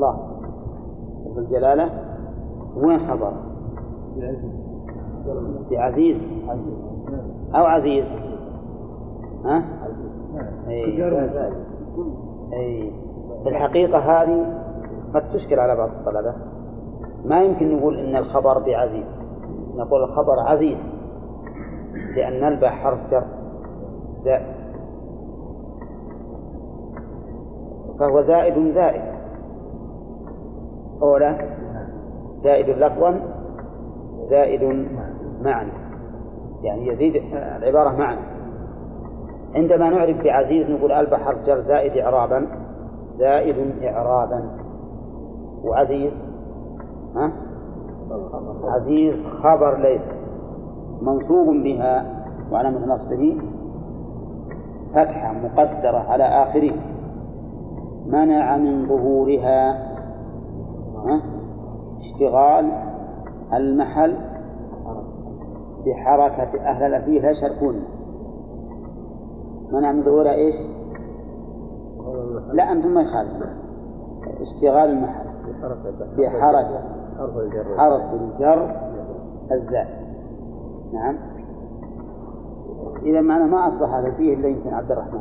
الله لفظ الجلالة وين خبر؟ بعزيز أو عزيز ها؟ أي في الحقيقة هذه قد تشكل على بعض الطلبة. ما يمكن نقول إن الخبر بعزيز، نقول الخبر عزيز لأن نلبى حرف جر زائد، فهو زائد زائد أولا زائد لفظا زائد معنى، يعني يزيد العبارة معنى. عندما نعرف بعزيز نقول ألبى حرف جر زائد إعرابا زائد إعرابا، وعزيز ها؟ عزيز خبر ليس منصوب بها وعلامة نصبه فتحة مقدرة على آخره منع من ظهورها اشتغال المحل بحركة أهل الأفيه لا يشاركون. منع من ظهورها إيش؟ لا أنتم ما يخالف اشتغال المحل بحركة حرف الجر الزائد. نعم. إذا معنا ما أصبح هذا فيه إلا يمكن عبد الرحمن.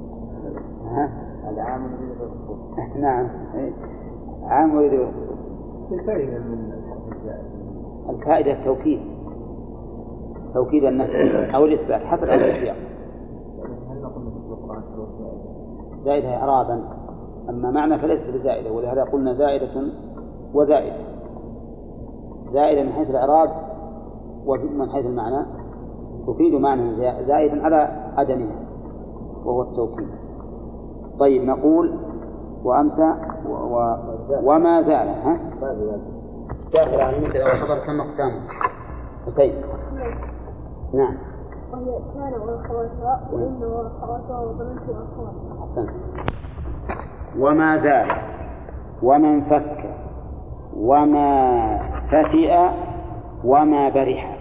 العام يريد بالخصوص. نعم عام يريد بالخصوص. الفائدة من الزائد الفائدة التوكيد، توكيد النفي أو الإثبات حسب السياق. هل نقول في القرآن زائدة إعرابا، أما معنى فليست بزائدة، ولهذا قلنا زائدة وزائدة. زائدة من حيث الإعراب ومن حيث المعنى تفيد معنى زائدا على عدمها وهو التوكيد. طيب نقول وأمسى وما زال داخل عن المبتدأ والخبر كم أقسامه؟ حسين. نعم. وهي كان وأخواتها وإن وأخواتها وظننت وأخواتها. أحسنت. وما زال ومن فك وما فتئ وما برح،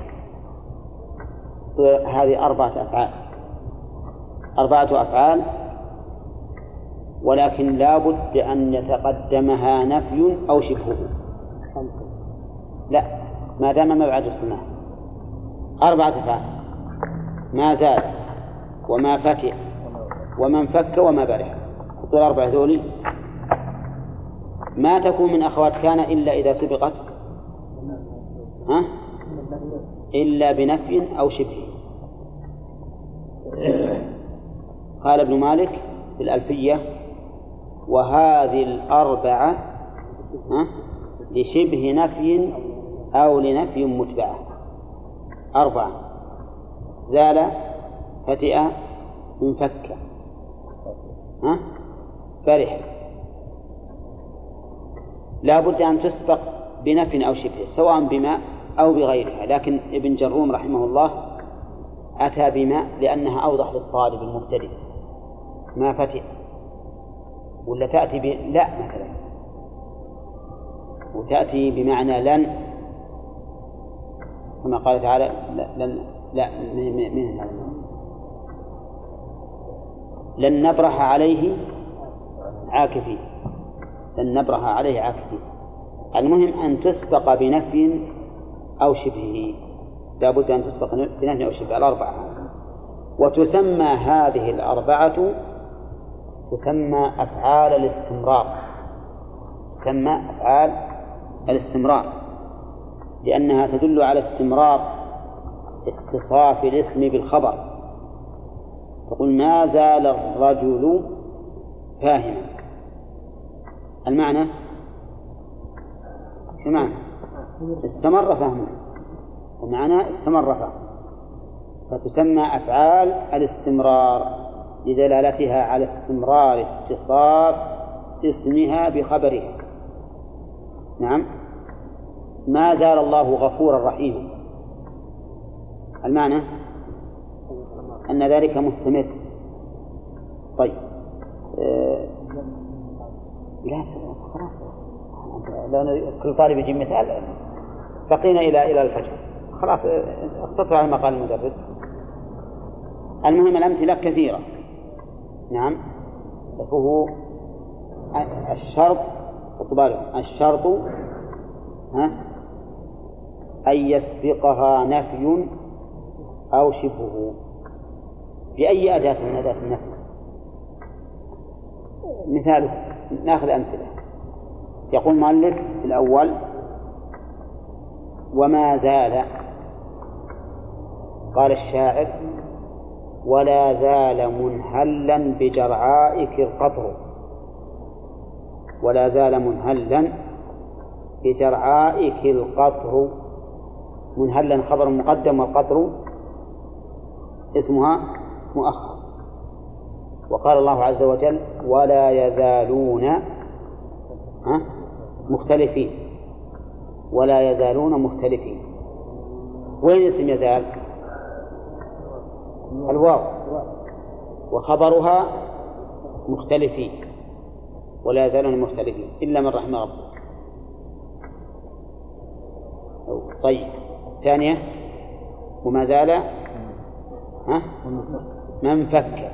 هذه أربعة أفعال، ولكن لا بد أن يتقدمها نفي أو شبهه. لا، ما دام ما بعد الصناعة. 4 أفعال: ما زال وما فتئ ومن فك وما برح. قل 4 ذولي ما تكون من أخوات كان إلا إذا سبقت إلا بنفي أو شبه. قال ابن مالك في الألفية: وهذه 4 لشبه نفي أو لنفي متبعة. 4: زال، فتئ، انفك، فرح. لا بد أن تسبق بنفي أو شبه سواء بما أو بغيرها، لكن ابن جروم رحمه الله أتى بما لأنها أوضح للطالب المبتدئ. ما فتئ، ولا تأتي لا مثلا، وتأتي بمعنى لن، كما قال تعالى: لن نبرح عليه عاكفين. لن نبرح عليه عاكفين. المهم أن تسبق بنفي أو شبهه، لا بد أن تسبق بنفي أو شبه. 4. وتسمى هذه 4 تسمى أفعال الاستمرار. تسمى أفعال الاستمرار لأنها تدل على استمرار اتصاف الاسم بالخبر. تقول: ما زال الرجل فاهما. المعنى استمر فهمه، ومعنى استمر فهمه. فتسمى أفعال الاستمرار لدلالتها على استمرار اتصاف اسمها بخبرها. نعم. ما زال الله غفورا رحيما، المعنى أن ذلك مستمر. طيب لا خلاص، لو كل طالب يجيب مثال بقينا إلى الفجر. خلاص اختصر على ما قال المدرس. المهم الأمثلة كثيرة. نعم. فهو الشرط الشرط أن يسبقها نفي أو شبهه بأي أداة من أداة النفي. مثال، نأخذ أمثلة. يقول المؤلف في الأول: وما زال. قال الشاعر: ولا زال منهلا بجرعائك القطر. ولا زال منهلا بجرعائك القطر. منهلا خبر مقدم، والقطر اسمها مؤخر. وقال الله عز وجل: ولا يزالون مختلفين. ولا يزالون مختلفين. وين اسم يزال؟ الواو، وخبرها مختلفين. ولا يزالون مختلفين إلا من رحم ربه. طيب، ثانية: وما زال من فك.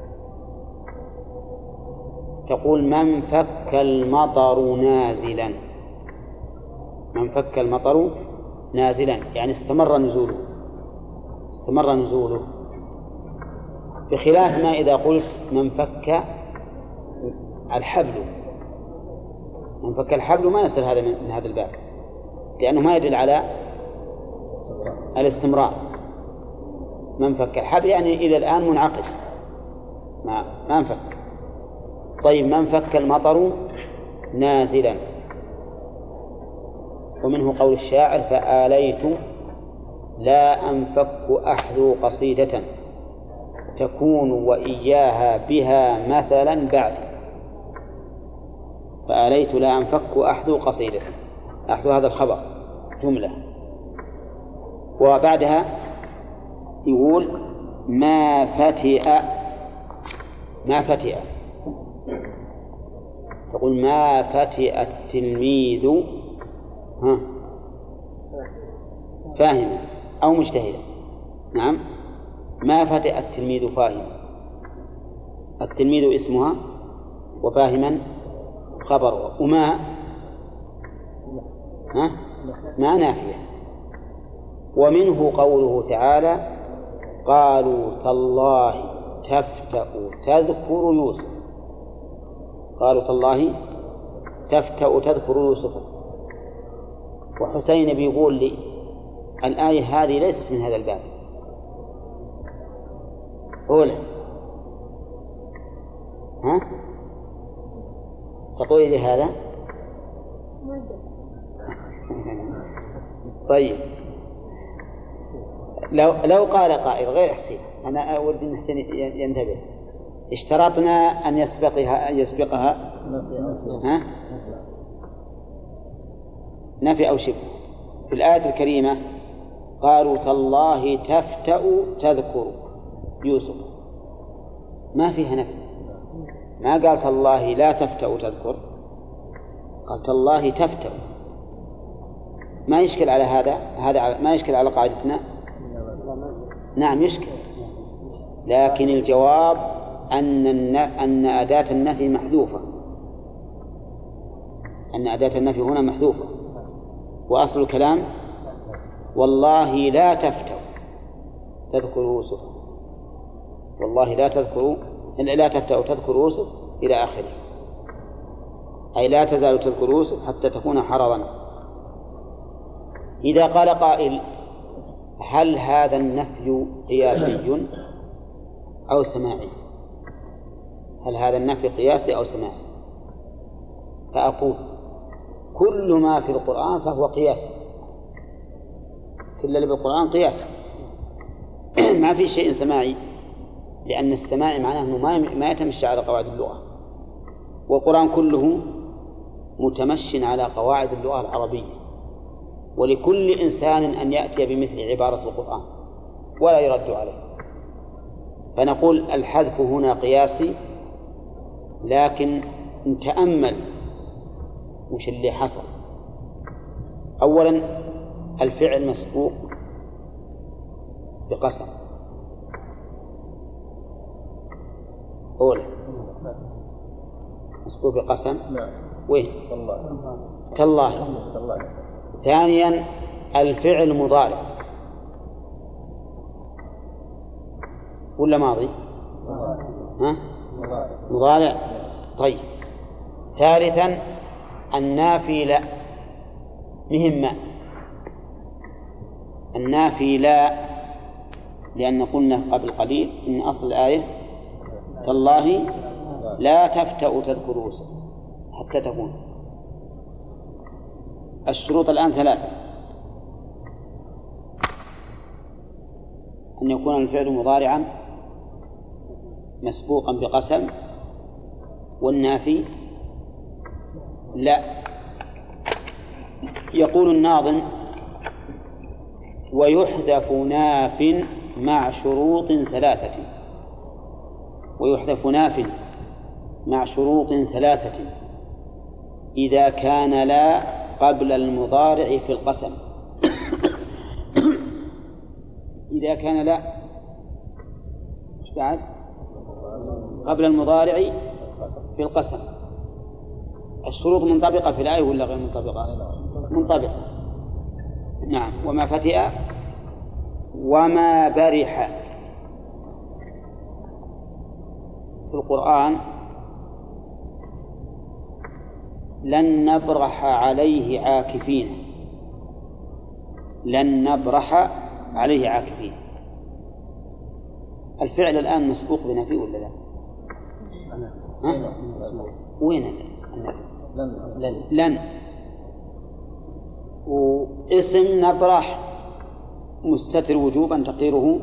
تقول: من فك المطر نازلا. من فك المطر نازلا يعني استمر نزوله. استمر نزوله، بخلاف ما إذا قلت من فك الحبل. من فك الحبل ما يصل هذا من هذا الباب، لأنه ما يدل على الاستمرار. من فك الحبل يعني إلى الآن منعقد، ما انفك. طيب، من فك المطر نازلا. ومنه قول الشاعر: فآليت لا أنفك أحذو قصيدة تكون وإياها بها مثلا بعد. فآليت لا أنفك أحذو قصيدة. أحذو هذا الخبر جملة. وبعدها يقول: ما فتئ. ما فتئ. تقول: ما فتئ التلميذ فاهما أو مجتهدا. نعم، ما فتئ التلميذ فاهما. التلميذ اسمها، وفاهما خبرها. وما ما نافية. ومنه قوله تعالى: قالوا تالله تفتأ تذكر يوسف. قالوا تالله تفتأ تذكر يوسف. وحسين بيقول لي: الآية هذه ليست من هذا الباب. أولا تقولي لي هذا؟ طيب، لو قال قائل غير حسين، أنا أود أن حسين ينتبه: اشترطنا أن يسبقها نفي أو شبه. في الآية الكريمة قالوا تالله تفتأ تذكر يوسف، ما فيها نفي. ما قال تالله لا تفتأ تذكر، قال تالله تفتأ. ما يشكل على هذا ما يشكل على قاعدتنا. نعم يشكل، لكن الجواب أن أداة النفي محذوفة. أن أداة النفي هنا محذوفة. وأصل الكلام: والله لا تفتأ تذكر يوسف. والله لا تفتأ تذكر يوسف إلى آخره، أي لا تزال تذكر يوسف حتى تكون حرضا. إذا قال قائل: هل هذا النفي قياسي أو سماعي؟ هل هذا النفي قياسي أو سماعي؟ فأقول: كل ما في القرآن فهو قياسي. كل اللي بالقرآن قياسي، ما في شيء سماعي، لأن السماع معناه أنه ما يتمشى على قواعد اللغة، والقرآن كله متمشٍ على قواعد اللغة العربية. ولكل إنسان أن يأتي بمثل عبارة القرآن ولا يرد عليه. فنقول الحذف هنا قياسي، لكن نتأمل وش اللي حصل. أولا، الفعل مسبوق بقسم. مسبوق بقسم. وين؟ والله تالله. الله. ثانيا الفعل مضارع ولا ماضي؟ ها؟ مضارع. طيب. ثالثا النافي لا مهمة. النافي لا، لأن قلنا قبل قليل إن أصل الآية تالله لا تفتأ تذكر يوسف حتى تكون. الشروط الآن ثلاثة: أن يكون الفعل مضارعا مسبوقا بقسم، والنافي لا. يقول الناظم: ويحذف ناف مع شروط ثلاثة. ويحذف ناف مع شروط ثلاثة إذا كان لا قبل المضارع في القسم. إذا كان لا إيش بعد؟ قبل المضارع في القسم. الشروط منطبقة في الآية ولا غير منطبقة؟ منطبقة. نعم. وما فتئ وما برح. في القرآن لن نبرح عليه عاكفين. لن نبرح عليه عاكفين. الفعل الآن مسبوق بنفي ولا لا؟ وين لن. واسم نبرح مستتر وجوبا تقديره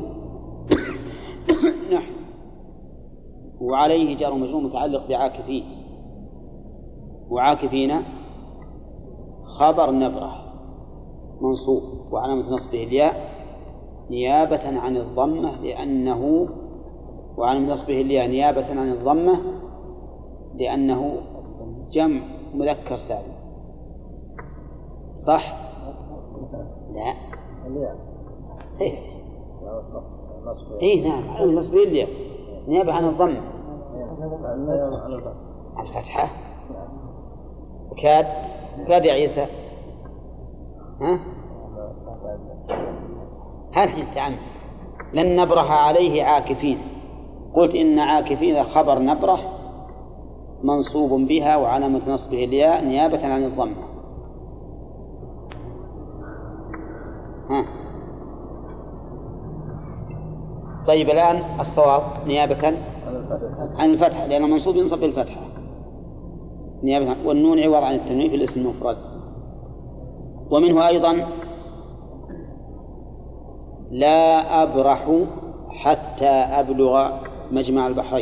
نحن، وعليه جار ومجرور متعلق بعاكفين. وعاكفين خبر نبرح منصوب وعلامة نصبه الياء نيابة عن الضمة لأنه وعلامة نصبه الياء نيابة عن الضمة لأنه جمع مذكر سالم. صح؟ لا سيف. إيه نعم علامة نصبه الياء نيابة عن الضمة. الفتحة. وكاد يا عيسى. ها؟ هذه التعمد. لن نبرح عليه عاكفين. قلت إن عاكفين خبر نبرح منصوب بها وعلامة نصبه الياء نيابة عن الضمة. ها. طيب الآن الصواب نيابة عن الفتحة لأنه منصوب ينصب بالفتحة نيابة عن، والنون عوض عن التنوين في الاسم المفرد. ومنه أيضا لا أبرح حتى أبلغ مجمع البحرين.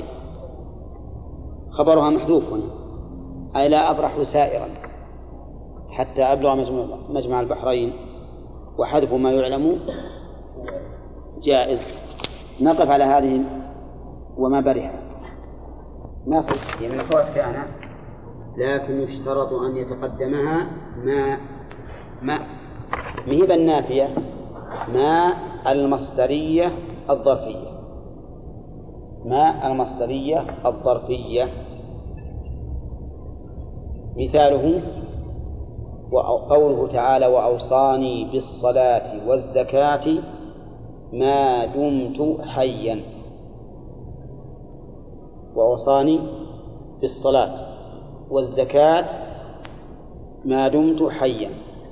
خبرها محذوف هنا، أي لا أبرح سائرا حتى أبلغ مجمع البحرين، وحذف ما يعلم جائز. نقف على هذه وما برح ما في يعني الأخوات كان، لكن يشترط أن يتقدمها ما مهب النافية ما المصدرية الظرفية. ما المصدرية الظرفية مثاله قوله تعالى وأوصاني بالصلاة والزكاة ما دمت حيا. وأوصاني بالصلاة والزكاة ما دمت حيا.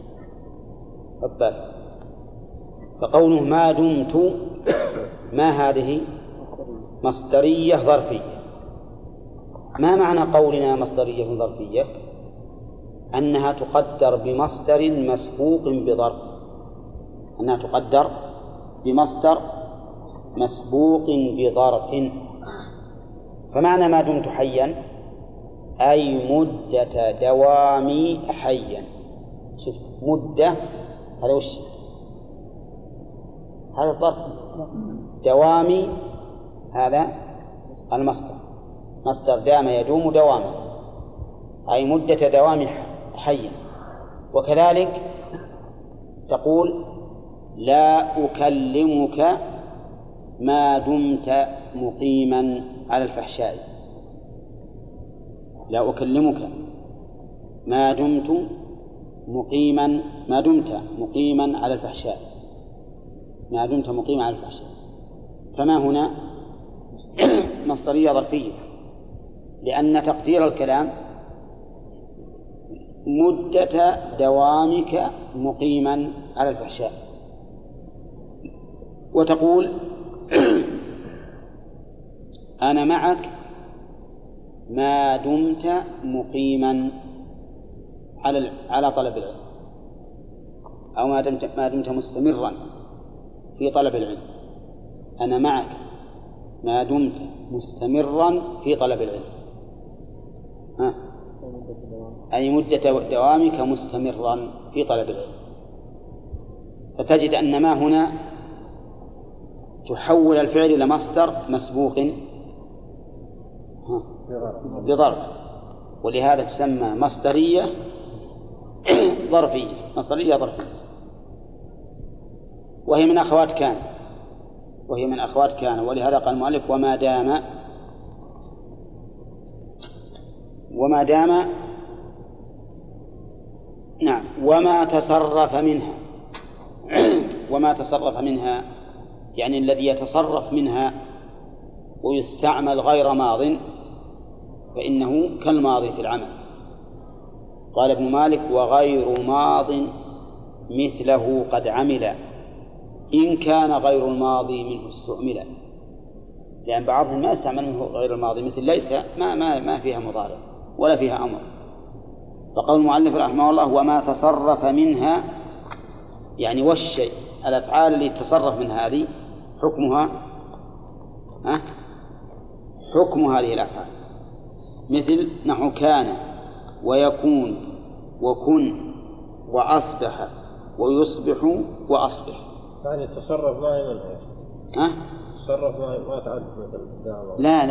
فقوله ما دمت ما هذه مصدرية ظرفية. ما معنى قولنا مصدرية ظرفية؟ أنها تقدر بمصدر مسبوق بظرف. أنها تقدر بمصدر مسبوق بظرف. فمعنى ما دمت حيا أي مدة دوامي حيا. شوف مدة هذا وش هذا الظرف، دوامي هذا المصدر، مصدر دام يدوم دواما أي مدة دوام حيا. وكذلك تقول لا أكلمك ما دمت مقيما على الفحشاء. لا أكلمك ما دمت مقيما على الفحشاء. ما دمت مقيما على الفحشاء. فما هنا مصدرية ظرفية، لأن تقدير الكلام مدة دوامك مقيما على الفحشاء. وتقول أنا معك ما دمت مقيما على طلب العلم، أو ما دمت مستمرا في طلب العلم. أنا معك ما دمت مستمرا في طلب العلم، أي مدة دوامك مستمرا في طلب العلم. فتجد أن ما هنا تحول الفعل إلى مصدر مسبوق بظرف، ولهذا تسمى مصدرية ظرفية. وهي من أخوات كان. ولهذا قال المؤلف وما دام نعم وما تصرف منها يعني الذي يتصرف منها ويستعمل غير ماض فإنه كالماضي في العمل. قال ابن مالك: وغير ماض مثله قد عمل إن كان غير الماضي منه استعملا. لأن بعضهم ما يستعمل منه غير الماضي، مثل ليس ما فيها مضارع ولا فيها أمر. فقول المؤلف رحمه الله: وما تصرف منها، يعني والشيء الأفعال اللي تصرف من هذه حكم هذه الأفعال، مثل نحو كان ويكون وكن وأصبح ويصبح وأصبح. يعني التصرف ما هي منها. التصرف ما تعرف مثل لا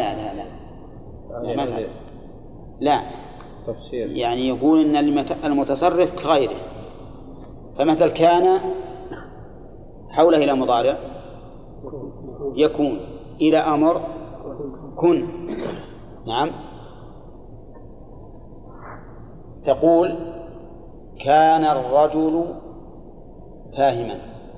لا تفسير. يعني يقول إن المتصرف كغيره. فمثل كان حوله إلى مضارع يكون، إلى أمر كن. نعم. تقول كان الرجل فاهما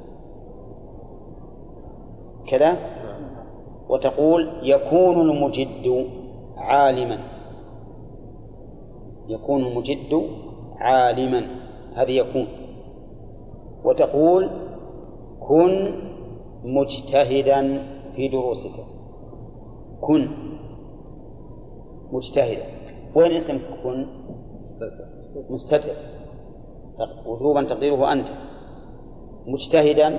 كذا، وتقول يكون المجد عالما. هذه يكون. وتقول كن مجتهدا في دروسك. كن مجتهدا. وين اسم كن؟ مستتر وجوبا تقديره أنت. مجتهدا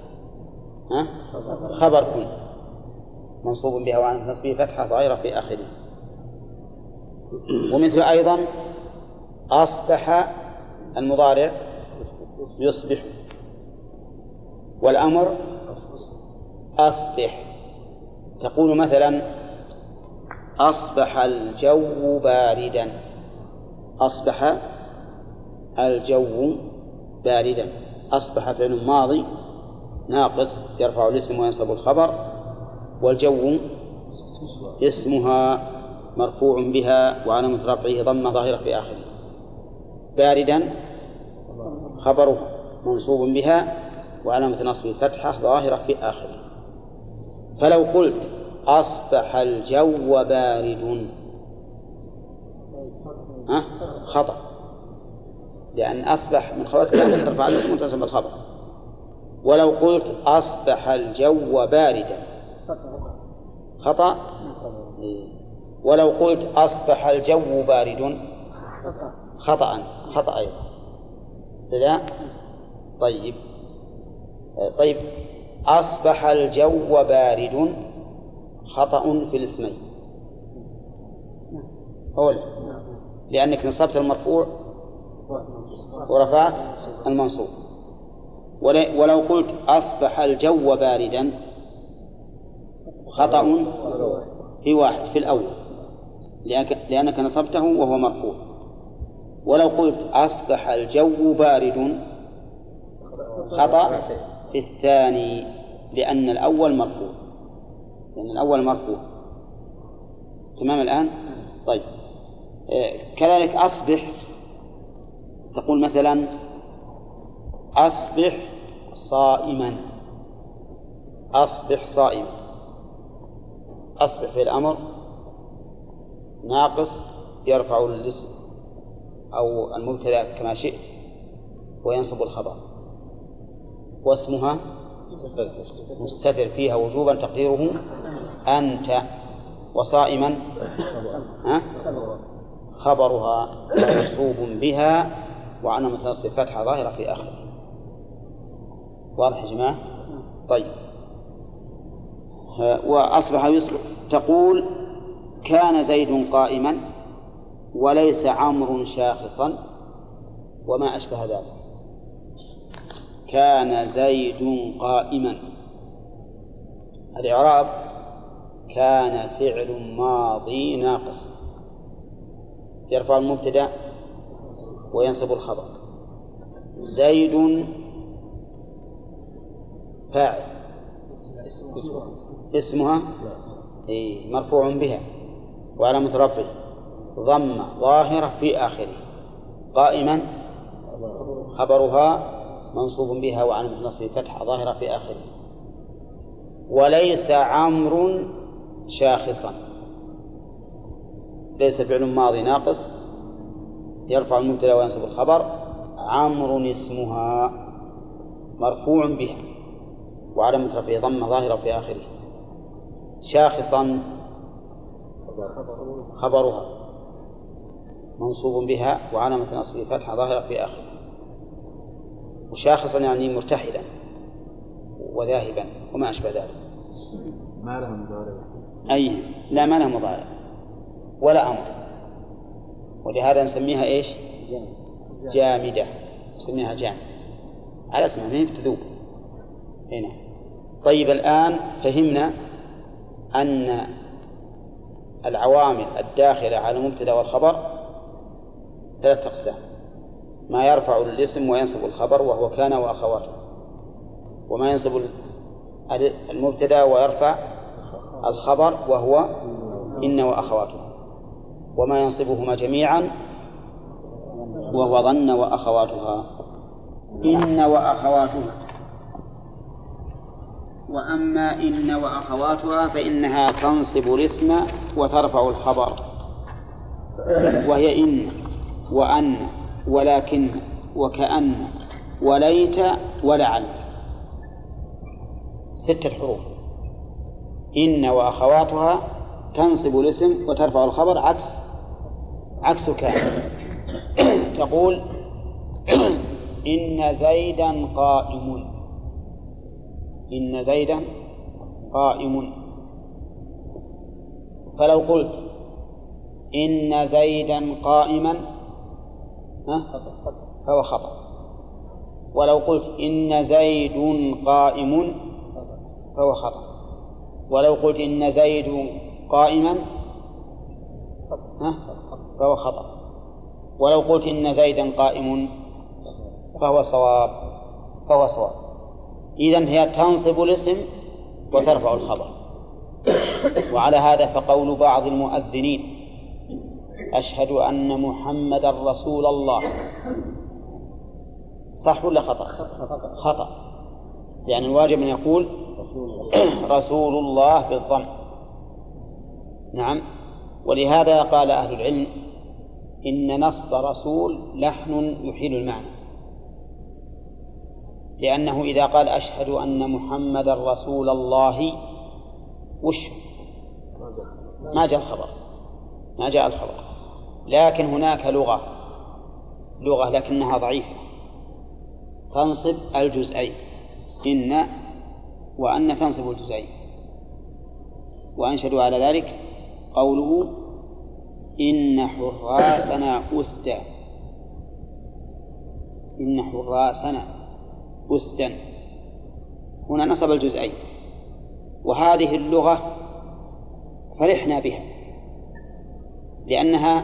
خبر كن منصوب بها وعن نصبه فتحة ظاهرة في آخره. ومثل أيضا أصبح المضارع يصبح، والأمر أصبح. تقول مثلا أصبح الجو باردا. أصبح الجو باردا. أصبح فعل ماضي ناقص يرفع الاسم وينصب الخبر، والجو اسمها مرفوع بها وعلامة رفعه ضمة ظاهرة في آخره. باردا خبره منصوب بها وعلامة نصبه فتحة ظاهرة في آخره. فلو قلت أصبح الجو بارد خطأ، لأن أصبح من خوات كان ترفع الاسم وتنصب الخبر. ولو قلت أصبح الجو باردا خطأ. ولو قلت أصبح الجو بارد خطأ أيضا. سلام. طيب أصبح الجو بارد خطأ في الاسمين أولا، لأنك نصبت المرفوع ورفعت المنصوب. ولو قلت أصبح الجو باردا خطأ في واحد، في الأول، لأنك نصبته وهو مرفوع. ولو قلت أصبح الجو بارد خطأ في الثاني، لأن الأول مرفوع. تمام الآن؟ طيب كذلك أصبح تقول مثلا أصبح صائما، أصبح صائما. أصبح في الأمر ناقص يرفع الاسم أو المبتدأ كما شئت وينصب الخبر، واسمها مستتر فيها وجوبا تقديره أنت، وصائما خبرها منصوب بها وعلامة نصب فتحة ظاهرة في آخره. واضح يا جماعة؟ طيب. وأصبح يصبح تقول كان زيد قائما وليس عمرو شاخصا وما أشبه ذلك. كان زيد قائما، الإعراب كان فعل ماضي ناقص يرفع المبتدأ وينصب الخبر، زيد فاعل اسمها مرفوع بها وعلامة رفعه ضمة ظاهرة في آخره، قائما خبرها منصوب بها وعلامة نصبه فتحة ظاهرة في آخره. وليس عمرو شاخصا، ليس فعل ماضي ناقص يرفع المبتدأ وينصب الخبر، عمرو اسمها مرفوع بها وعلامة رفعه ضمة ظاهرة في آخره، شاخصا خبرها منصوب بها وعلامة نصبه فتحة ظاهرة في آخره. وشاخصا يعني مرتحلا وذاهبا وما أشبه ذلك. ما لها مضارع؟ أي لا، ما لها مضارع ولا أمر، ولهذا نسميها إيش؟ جامدة، نسميها جامدة على اسمها، ما هي بتذوب هنا. طيب الآن فهمنا أن العوامل الداخلة على المبتدأ والخبر ثلاثة أقسام: ما يرفع الاسم وينصب الخبر وهو كان وأخواته، وما ينصب المبتدأ ويرفع الخبر وهو إن وأخواته، وما ينصبهما جميعا وهو ظن وأخواتها إن وأخواتها. وأما إن وأخواتها فإنها تنصب الاسم وترفع الخبر، وهي إن وأن ولكن وكأن وليت ولعل، 6 حروف. إن وأخواتها تنصب الاسم وترفع الخبر عكس كان. تقول إن زيدا قائم، إن زيدا قائم. فلو قلت إن زيدا قائما فهو خطأ، ولو قلت إن زيد قائم فهو خطأ، ولو قلت إن زيد قائما فهو خطأ، ولو قلت إن زيدا قائم فهو صواب. إذن هي تنصب الاسم وترفع الخبر. وعلى هذا فقول بعض المؤذنين أشهد أن محمدا رسول الله صح ولا خطأ؟ خطأ، لأن الواجب أن يقول رسول الله بالضم. نعم. ولهذا قال أهل العلم إن نصب رسول لحن يحيل المعنى، لأنه إذا قال أشهد أن محمدا رسول الله وش ما جاء الخبر، لكن هناك لغة لكنها ضعيفة تنصب الجزئين، إن وأن تنصب الجزئين. وأنشدوا على ذلك قوله إن حراسنا أسدا، إن حراسنا أسدا، هنا نصب الجزئين. وهذه اللغة فرحنا بها لأنها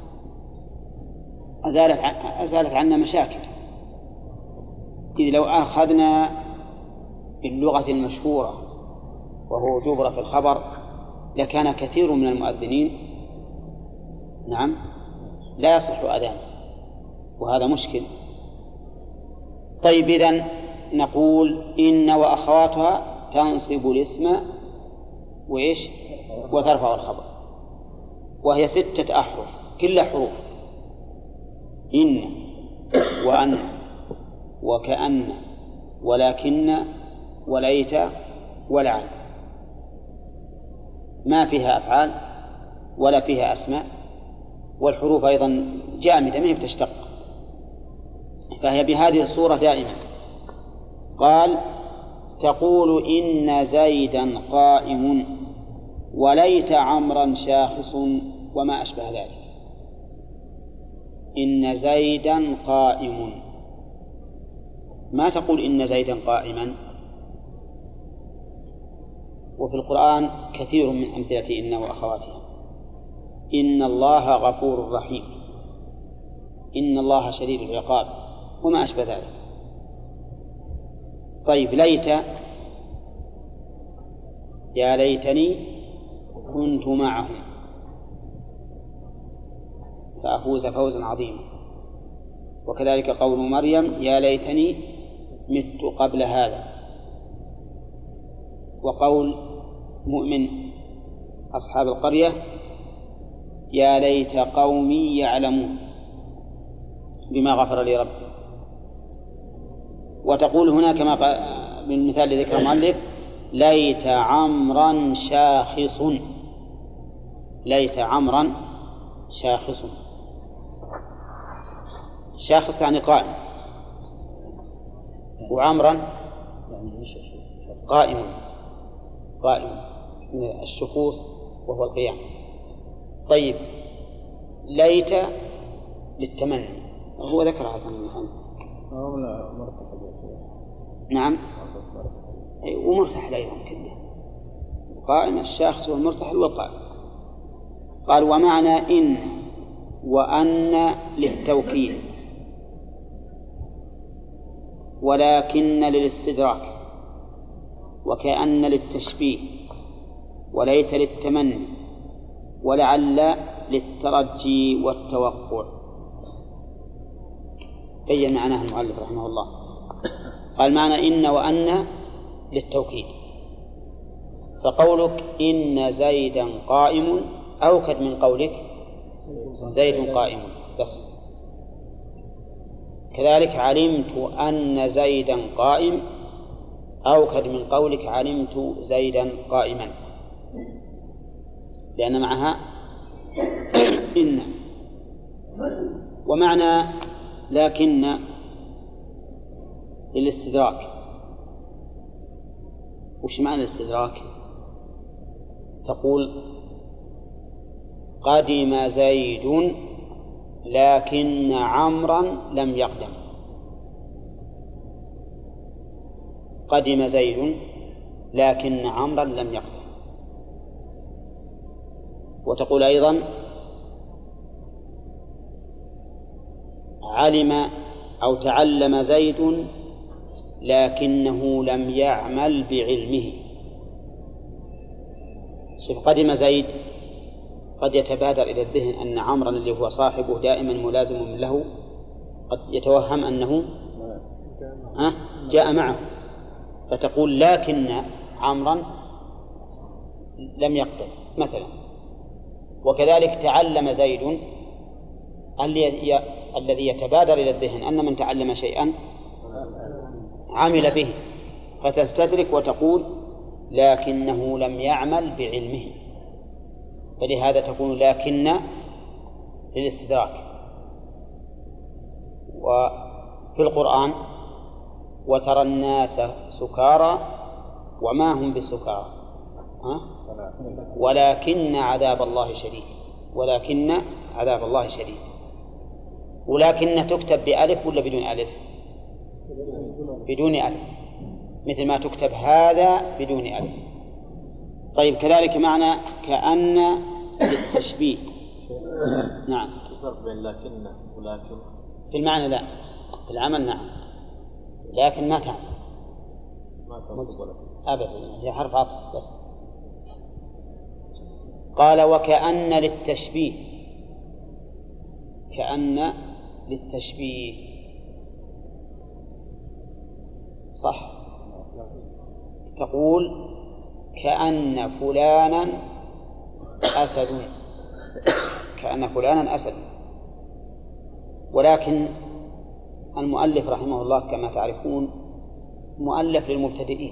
أزالت عنا مشاكل. إذ لو أخذنا باللغة المشهورة وهو وجوب رفع الخبر لكان كثير من المؤذنين لا يصح أذان، وهذا مشكل. طيب إذن نقول إن وأخواتها تنصب الاسم وإيش وترفع الخبر، وهي 6 أحرف كلها حروف: إن وأن وكأن ولكن وليت ولعل، ما فيها أفعال ولا فيها أسماء، والحروف أيضا جامدة ما هي بتشتق، فهي بهذه الصورة دائما. قال: تقول إن زيدا قائم وليت عمرا شاخص وما أشبه ذلك. إن زيدا قائم، ما تقول إن زيدا قائما. وفي القرآن كثير من أمثلة إن وأخواتها: إن الله غفور رحيم، إن الله شديد العقاب، وما أشبه ذلك. طيب ليت: يا ليتني كنت معهم فأفوز فوزا عظيما. وكذلك قول مريم: يا ليتني مت قبل هذا. وقول مؤمن أصحاب القرية: يا ليت قومي يعلمون بما غفر لي ربي. وتقول هنا كما من مثال ذكر المؤلف: ليت عمرا شاخص. ليت عمرا شاخص. شاخص يعني قائم، وعمرا قائم. قائم من الشخوص وهو القيام. طيب ليت للتمني، هو ذكر هذا المثال. نعم، ومرتحل أيضا كله، قائم الشاخص والمرتحل والقائم. قال: ومعنى إن وأن للتوكيد، ولكن للاستدراك، وكأن للتشبيه، وليت للتمني، ولعل للترجي والتوقع. بين معناه المؤلف رحمه الله. قال: معنى إن وأن للتوكيد، فقولك إن زيدا قائم أوكد من قولك زيد قائم بس. كذلك علمت أن زيدا قائم أوكد من قولك علمت زيدا قائما، لأن معها إن. ومعنى لكن للاستدراك. وش معنى الاستدراك؟ تقول: قدم زيد لكن عمرا لم يقدم. قدم زيد لكن عمرا لم يقدم. وتقول أيضا: علم أو تعلم زيد لكنه لم يعمل بعلمه. شوف، قدم زيد قد يتبادر إلى الذهن أن عمرا اللي هو صاحبه دائما ملازم له، قد يتوهم أنه جاء معه، فتقول لكن عمرا لم يقدم مثلا. وكذلك تعلم زيد الذي يتبادر إلى الذهن أن من تعلم شيئا عمل به، فتستدرك وتقول لكنه لم يعمل بعلمه، فلهذا تكون لكن للاستدراك. وفي القرآن: وترى الناس سكارى وما هم بسكارى ولكن عذاب الله شديد. ولكن عذاب الله شديد. ولكن تكتب بألف ولا بدون ألف؟ بدون ألف، مثل ما تكتب هذا بدون ألف. طيب كذلك معنى كأن للتشبيه. نعم. الفرق بين لكن ولكن في المعنى لا، في العمل نعم، لكن ما تعمل أبدا، هي حرف عطف بس. قال: وكأن للتشبيه. كأن للتشبيه صح، تقول كأن فلانا أسد، كأن فلانا أسد. ولكن المؤلف رحمه الله كما تعرفون مؤلف للمبتدئين،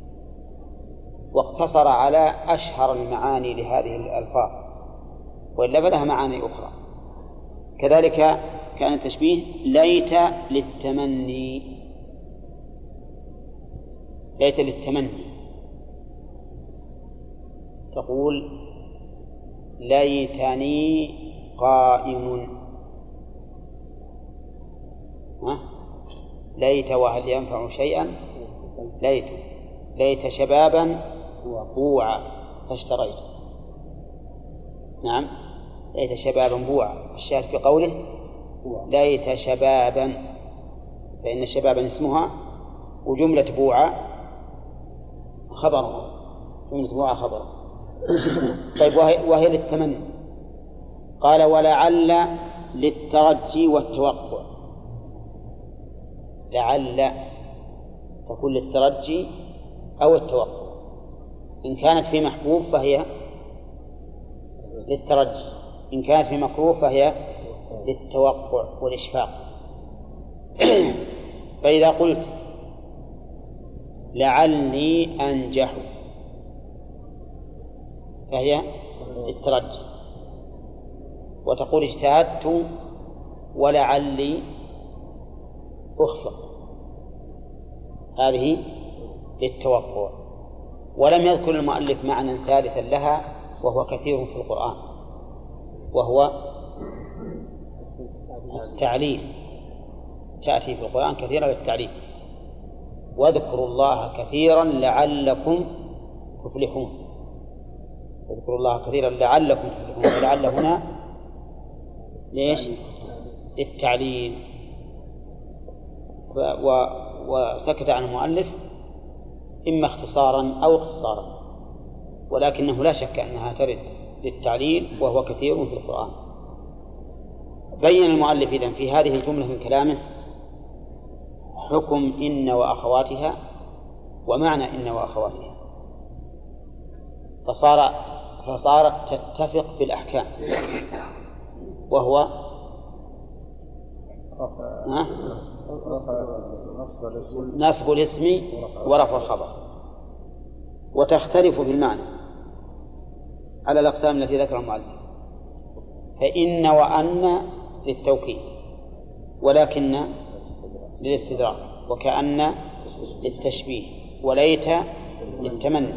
واقتصر على أشهر المعاني لهذه الألفاظ، وإلا فلها معاني أخرى. كذلك كان التشبيه ليت للتمني، ليت للتمني، تقول ليتني قائم، ليت وهل ينفع شيئا، ليت شبابا بوعا فاشتريت. نعم، ليت شبابا بوعا. الشاهد في قوله ليت شبابا، فإن شبابا اسمها وجملة بوعا خبرها، جملة بوعا خبر. طيب وهي للتمني. قال ولعل للترجي والتوقع، لعل تكون للترجي أو التوقع، إن كانت في محبوب فهي للترجي، إن كانت في مكروه فهي للتوقع والإشفاق. فإذا قلت لعلني أنجح فهي للترجي، وتقول اجتهدت ولعلي أخفق، هذه للتوقع. ولم يذكر المؤلف معنى ثالثا لها وهو كثير في القرآن، وهو التعليل، تأتي في القرآن كثيرا للتعليل. واذكروا الله كثيرا لعلكم تفلحون، واذكروا الله كثيرا لعلكم تفلحون. ولعل هنا ليش؟ للتعليل. وسكت عن المؤلف إما اختصارا أو اختصارا، ولكنه لا شك أنها ترد للتعليل وهو كثير في القرآن. بين المؤلف إذن في هذه الجملة من كلامه حكم إن وأخواتها ومعنى إن وأخواتها، فصارت تتفق في الأحكام، وهو نصب الاسم ورفع الخبر، وتختلف في المعنى على الأقسام التي ذكرها المؤلف. فإن وأن للتوكيد، ولكن للاستدراك، وكأن للتشبيه، وليت للتمني،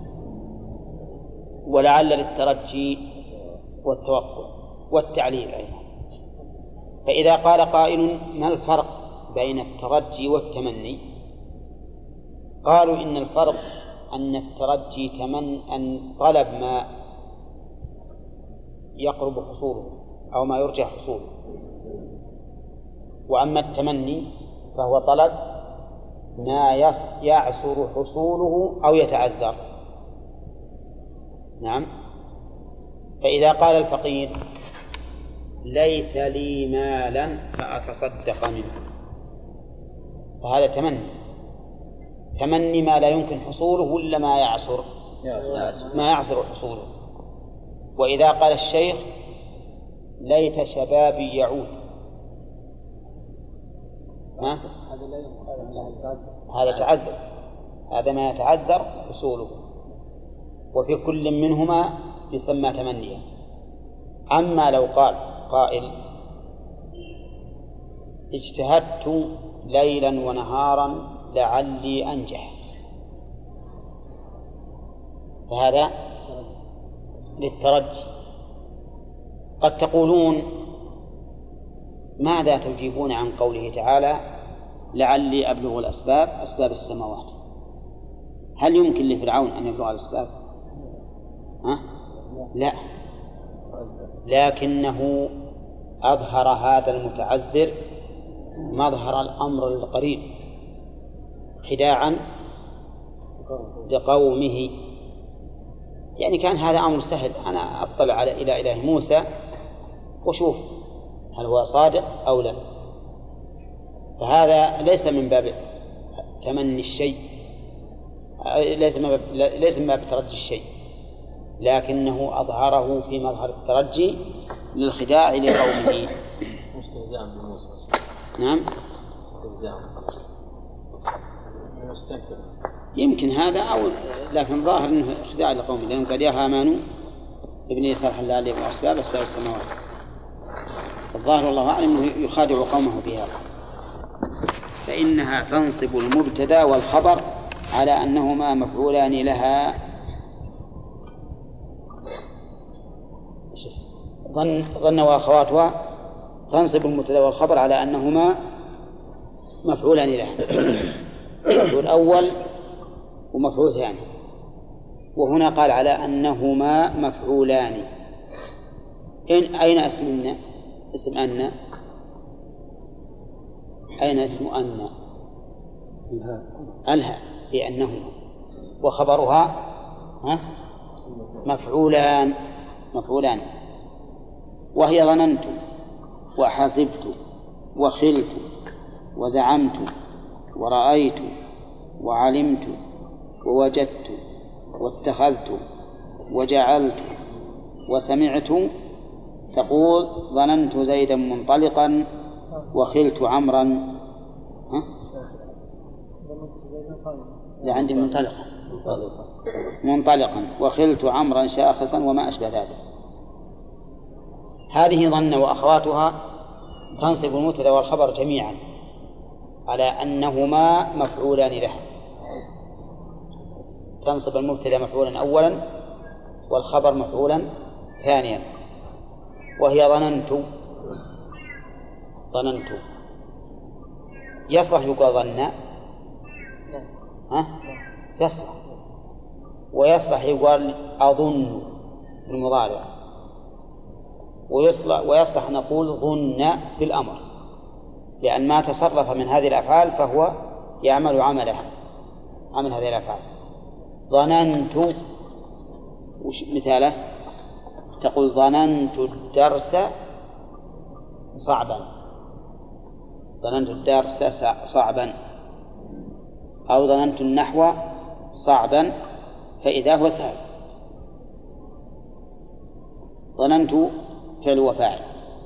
ولعل للترجي والتوقع والتعليل أيضا. فإذا قال قائل ما الفرق بين الترجي والتمني؟ قالوا إن الفرق أن الترجي أن طلب ما يقرب حصوله أو ما يرجى حصوله، وأما التمني فهو طلب ما يعسر حصوله أو يتعذر. نعم. فإذا قال الفقير ليت لي مالا فأتصدق منه، فهذا تمني ما لا يمكن حصوله ولا ما يعسر حصوله. وإذا قال الشيخ ليت شبابي يعود، هذا تعذر، هذا ما يتعذر حصوله، وفي كل منهما يسمى تمنيا. أما لو قال قائل اجتهدت ليلا ونهارا لعلي أنجح، فهذا للترجي. قد تقولون ماذا تجيبون عن قوله تعالى لعلي أبلغ الأسباب، أسباب السماوات؟ هل يمكن لفرعون أن يبلغ الأسباب؟ لا، لكنه أظهر هذا المتعذر مظهر الأمر القريب خداعا لقومه. يعني كان هذا أمر سهل، أنا أطلع إلى إله موسى وشوف هل هو صادق أو لا. فهذا ليس من باب تمني الشيء، ليس من باب ترجي الشيء، لكنه أظهره في مظهر الترجي للخداع لقومه. مستهزاء بموسى. نعم استهزاء مستنكر يمكن هذا، أو لكن ظاهر أنه خداع لقومه، لأنه قال يا هامان ابني صرحا لعلي أبلغ أسباب السماوات. الظاهر والله أعلم أنه يخادع قومه بها. فإنها تنصب المبتدأ والخبر على أنهما مفعولان لها. ظن وأخواتها تنصب المبتدأ والخبر على أنهما مفعولان لها، مفعول أول ومفعول ثاني. وهنا قال على أنهما مفعولان. أين اسم أن؟ أين اسم أن؟ ألها في أنهما، وخبرها مفعولان. وهي ظننت وحسبت وخلت وزعمت ورأيت وعلمت ووجدت واتخذت وجعلت وسمعت. تقول ظننت زيدا منطلقا وخلت عمرا عندي منطلقا وخلت عمرا شاخصا وما أشبه ذلك. هذه ظن وأخواتها تنصب المبتدأ والخبر جميعا على أنهما مفعولان لها. تنصب المبتدأ مفعولا أولا والخبر مفعولا ثانيا. وهي ظننت يصلح يقال ظن، يصلح، ويصلح يقال أظن المضارع، ويصلح نقول ظن بالأمر، لأن ما تصرف من هذه الأفعال فهو يعمل عمل هذه الأفعال. ظننت، وش مثاله؟ تقول ظننت الدرس صعبا، ظننت الدرس صعبا، أو ظننت النحو صعبا فإذا هو سهل. ظننت فعل وفاعل،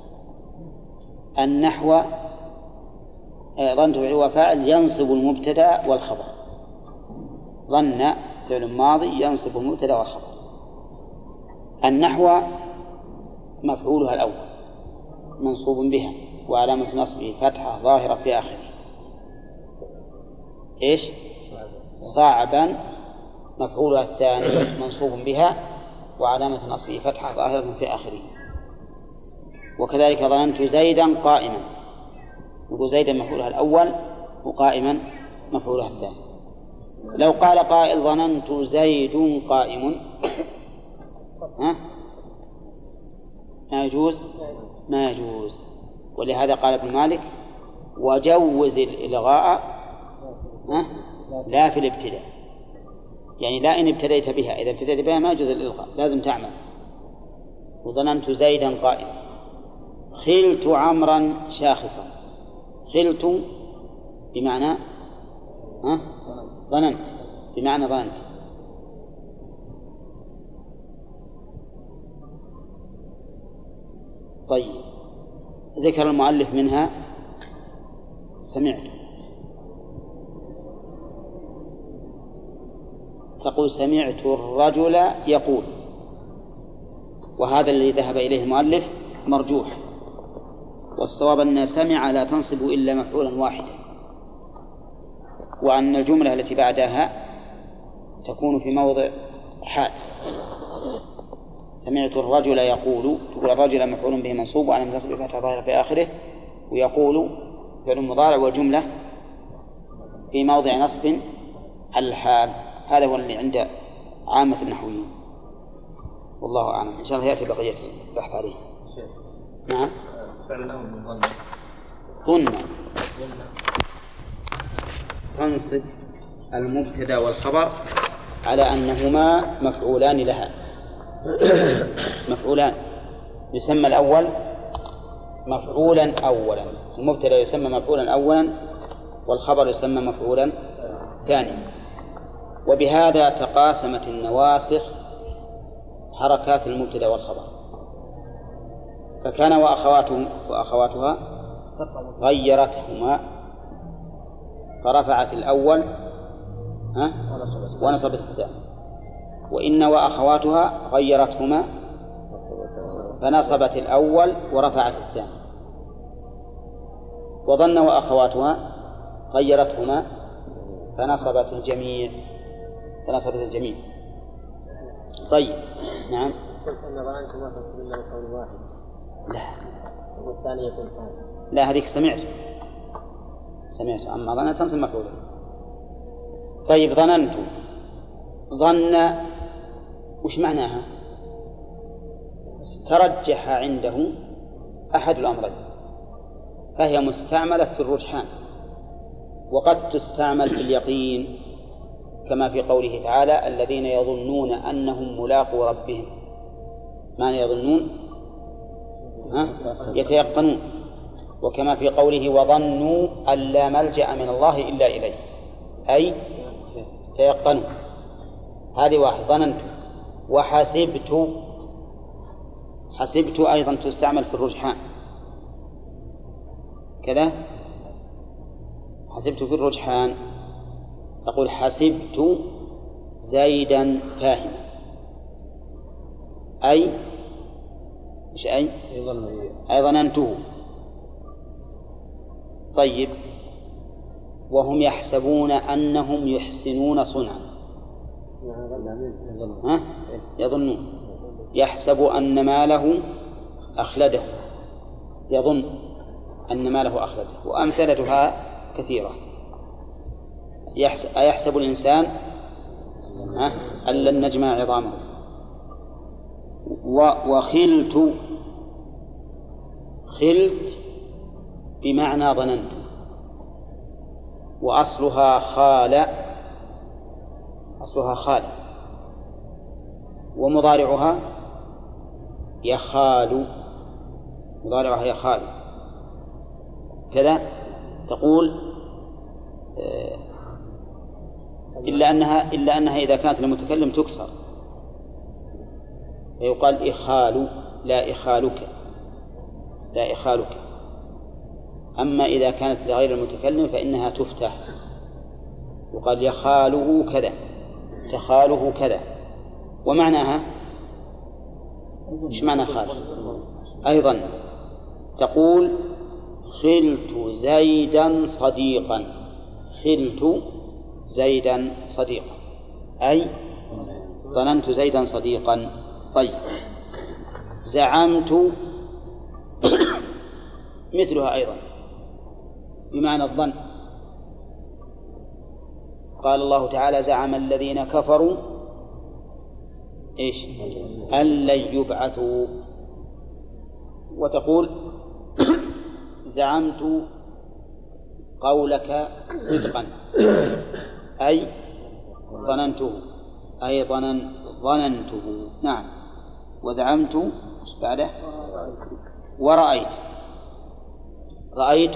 النحو ظننت فعل وفاعل ينصب المبتدأ والخبر. ظن فعل ماضي ينصب المبتدأ والخبر. النحو مفعولها الأول منصوب بها وعلامة نصبه فتحة ظاهرة في آخره. إيش؟ صعبا مفعولها الثاني منصوب بها وعلامة نصبه فتحة ظاهرة في آخره. وكذلك ظننت زيدا قائما، يقول زيدا مفعولها الأول وقائما مفعولها الثاني. لو قال قائل ظننت زيد قائم ما يجوز. ولهذا قال ابن مالك وجوز الإلغاء لا في الابتداء، يعني لا إن ابتديت بها، إذا ابتديت بها ما يجوز الإلغاء، لازم تعمل. وظننت زيدا قائما. خلت عمرا شاخصا، خلت بمعنى ظننت، بمعنى ظننت. طيب، ذكر المؤلف منها سمعت. تقول سمعت الرجل يقول، وهذا الذي ذهب إليه المؤلف مرجوح، والصواب أن سمع لا تنصب إلا مفعولا واحدا، وأن الجملة التي بعدها تكون في موضع حال. سمعت الرجل يقول، تقول الرجل مفعول به منصوب وعلامة نصبه فتحة ظاهرة في آخره، ويقول فعل مضارع والجملة في موضع نصب الحال. هذا هو اللي عند عامة النحويين، والله أعلم. إن شاء الله يأتي بقية البحث عليه. نعم. ظن تنصب المبتدأ والخبر على أنهما مفعولان لها. مفعولان، يسمى الأول مفعولا أولا. المبتدأ يسمى مفعولا أولا والخبر يسمى مفعولا ثانيا. وبهذا تقاسمت النواسخ حركات المبتدأ والخبر، فكان وأخواتها غيرتهما فرفعت الأول ونصبت الثاني، وإن وأخواتها غيرتهما فنصبت الأول ورفعت الثاني، وظن وأخواتها غيرتهما فنصبت الجميع. طيب نعم. قلت أن ظننت ما تصل إلا بقول واحد. لا والثاني يكون ثاني. لا هذيك سمعت أما ظننت تنصب مفعولا. طيب ظننت ظن وش معناها؟ ترجح عنده أحد الأمرين، فهي مستعملة في الرجحان، وقد تستعمل في اليقين كما في قوله تعالى الذين يظنون أنهم ملاقو ربهم. معنى يظنون يتيقنون، وكما في قوله وظنوا أن لا ملجأ من الله إلا إليه أي تيقنوا. هذه واحد ظننت. حسبت أيضا تستعمل في الرجحان كذا. حسبت في الرجحان تقول حسبت زيدا فاهما أي إيش أي ظننته. طيب وهم يحسبون أنهم يحسنون صنعا يظنون. يحسب أن ماله أخلده، يظن أن ماله أخلده، وأمثلتها كثيرة. أيحسب الإنسان أن لن نجمع عظامه. وخلت بمعنى ظننت، وأصلها خال، ومضارعها يخال، كذا تقول إلا أنها إذا كانت للمتكلم تكسر فيقال إخال لا إخالك. أما إذا كانت لغير المتكلم فإنها تفتح، يقال يخاله كذا، تخاله كذا. ومعناها إيش معنى خال؟ أيضا تقول خلت زيدا صديقا أي ظننت زيدا صديقا. طيب زعمت مثلها أيضا بمعنى الظن. قال الله تعالى زعم الذين كفروا إيش أن لن يبعثوا، وتقول زعمت قولك صدقا أي ظننته نعم. وزعمت بعده رأيت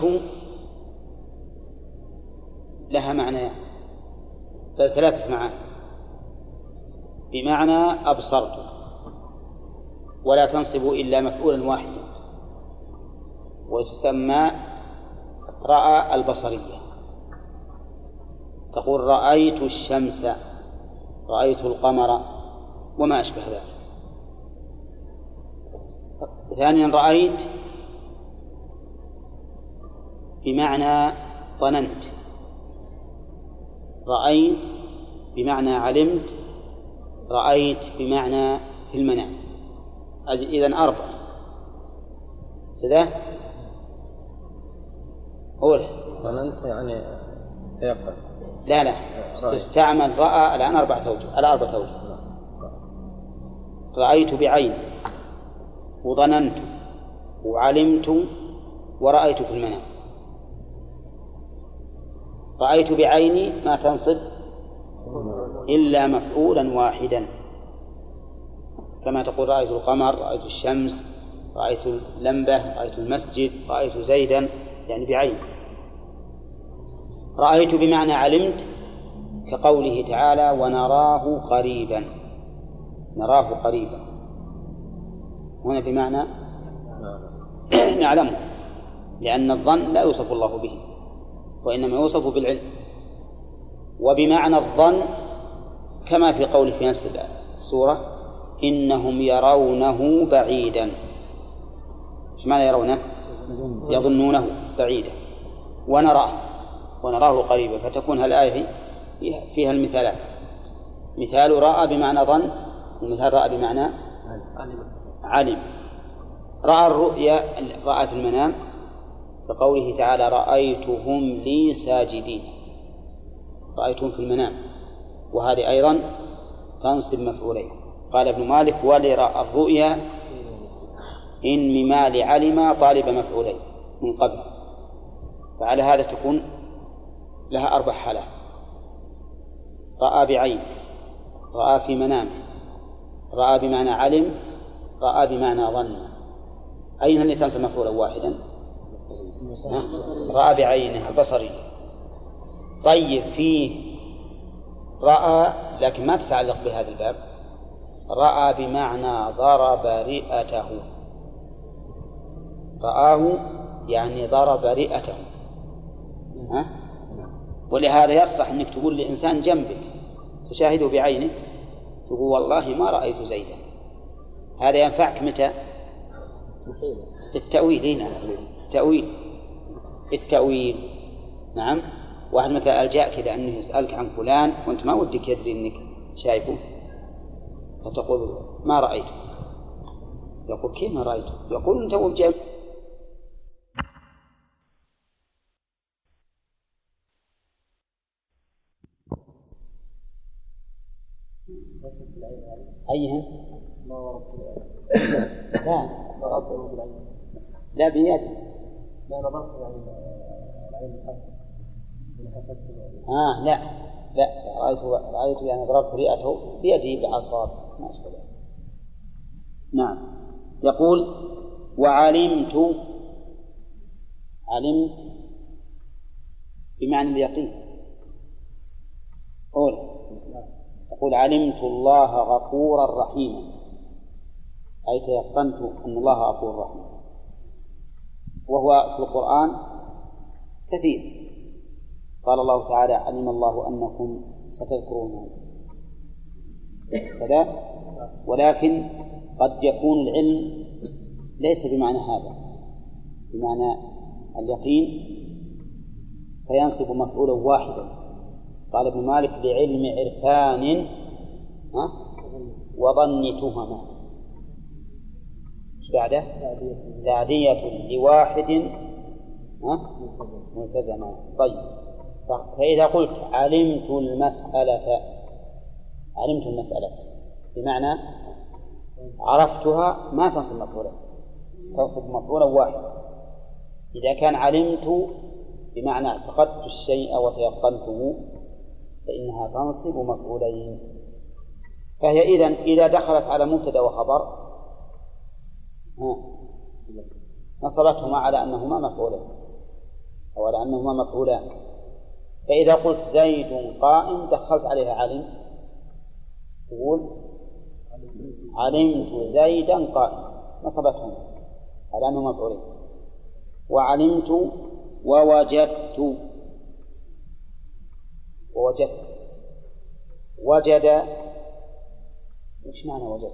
لها معنى ثلاثة معاني. بمعنى أبصرت، ولا تنصب إلا مفعولا واحدا، وتسمى رأى البصرية. تقول رأيت الشمس، رأيت القمر، وما أشبه ذلك. ثانيا رأيت بمعنى ظننت، رأيت بمعنى علمت، رأيت بمعنى في المنام. إذن أربع سده أوله ظننت يعني تيقن. لا تستعمل رأى الآن على أربعة أوجه. رأيت بعين، وظننت، وعلمت، ورأيت في المنام. رأيت بعيني ما تنصب إلا مفعولا واحدا، كما تقول رأيت القمر، رأيت الشمس، رأيت اللمبة، رأيت المسجد، رأيت زيدا، يعني بعين. رأيت بمعنى علمت، كقوله تعالى ونراه قريبا. نراه قريبا هنا بمعنى نعلمه، لأن الظن لا يوصف الله به وإنما يوصف بالعلم. وبمعنى الظن كما في قوله في نفس السورة إنهم يرونه بعيدا. ايش معنى يرونه؟ يظنونه بعيدا. ونراه قريبا، فتكون الآية فيها المثالات، مثال رأى بمعنى ظن، ومثال رأى بمعنى علم. رأى الرؤيا، رأى في المنام، كقوله تعالى رأيتهم لي ساجدين، رأيتهم في المنام، وهذه أيضا تنصب مفعولين. قال ابن مالك ولرأى الرؤيا إن مما لعلم طالب مفعولين من قبل، فعلى هذا تكون لها 4 حالات: رأى بعين، رأى في منام، رأى بمعنى علم، رأى بمعنى ظن. أين اللي تنصب مفعولا واحدا؟ رأى بعينه البصري. طيب فيه رأى لكن ما تتعلق بهذا الباب، رأى بمعنى ضرب رئته، رآه يعني ضرب رئته. ولهذا يصلح أنك تقول لإنسان جنبك تشاهده بعينك، تقول والله ما رأيت زيدا. هذا ينفعك متى؟ التأويل. هنا التأويل نعم. واحد مثلا ألجأك إلى أنه يسألك عن فلان وأنت ما ودك يدري أنك شايفه، فتقول ما رأيته. يقول كيف ما رأيته؟ يقول أنت وجه. أيها؟ لا بيده. لا نظرت العين لا رأيت يعني ضربت رئته بيده بعصا. نعم. يقول وعلمت بمعنى اليقين. يقول علمت الله غفورا رحيما، أي تيقنت أن الله غفور رحيم. وهو في القرآن كثير. قال الله تعالى علم الله أنكم ستذكرونه كذا، ولكن قد يكون العلم ليس بمعنى هذا، بمعنى اليقين، فينصب مفعولا واحدا. قال ابن مالك لعلم عرفان وظن تهمة. ايش بعده؟ تعدية لواحد ملتزما. طيب، فإذا قلت علمت المسألة بمعنى عرفتها ما تنصب مفعولا، تنصب مفعولا واحدا. إذا كان علمت بمعنى اعتقدت الشيء وتيقنته فإنها تنصب مفعولين. فهي إذا دخلت على مبتدأ وخبر نصبتهما على أنهما مفعولان أو على أنهما مفعولان. فإذا قلت زيد قائم دخلت عليها علم، تقول علمت زيدا قائم، نصبتهما على أنهما مفعولين. وعلمت ووجدت وجد. وش معنى وجد؟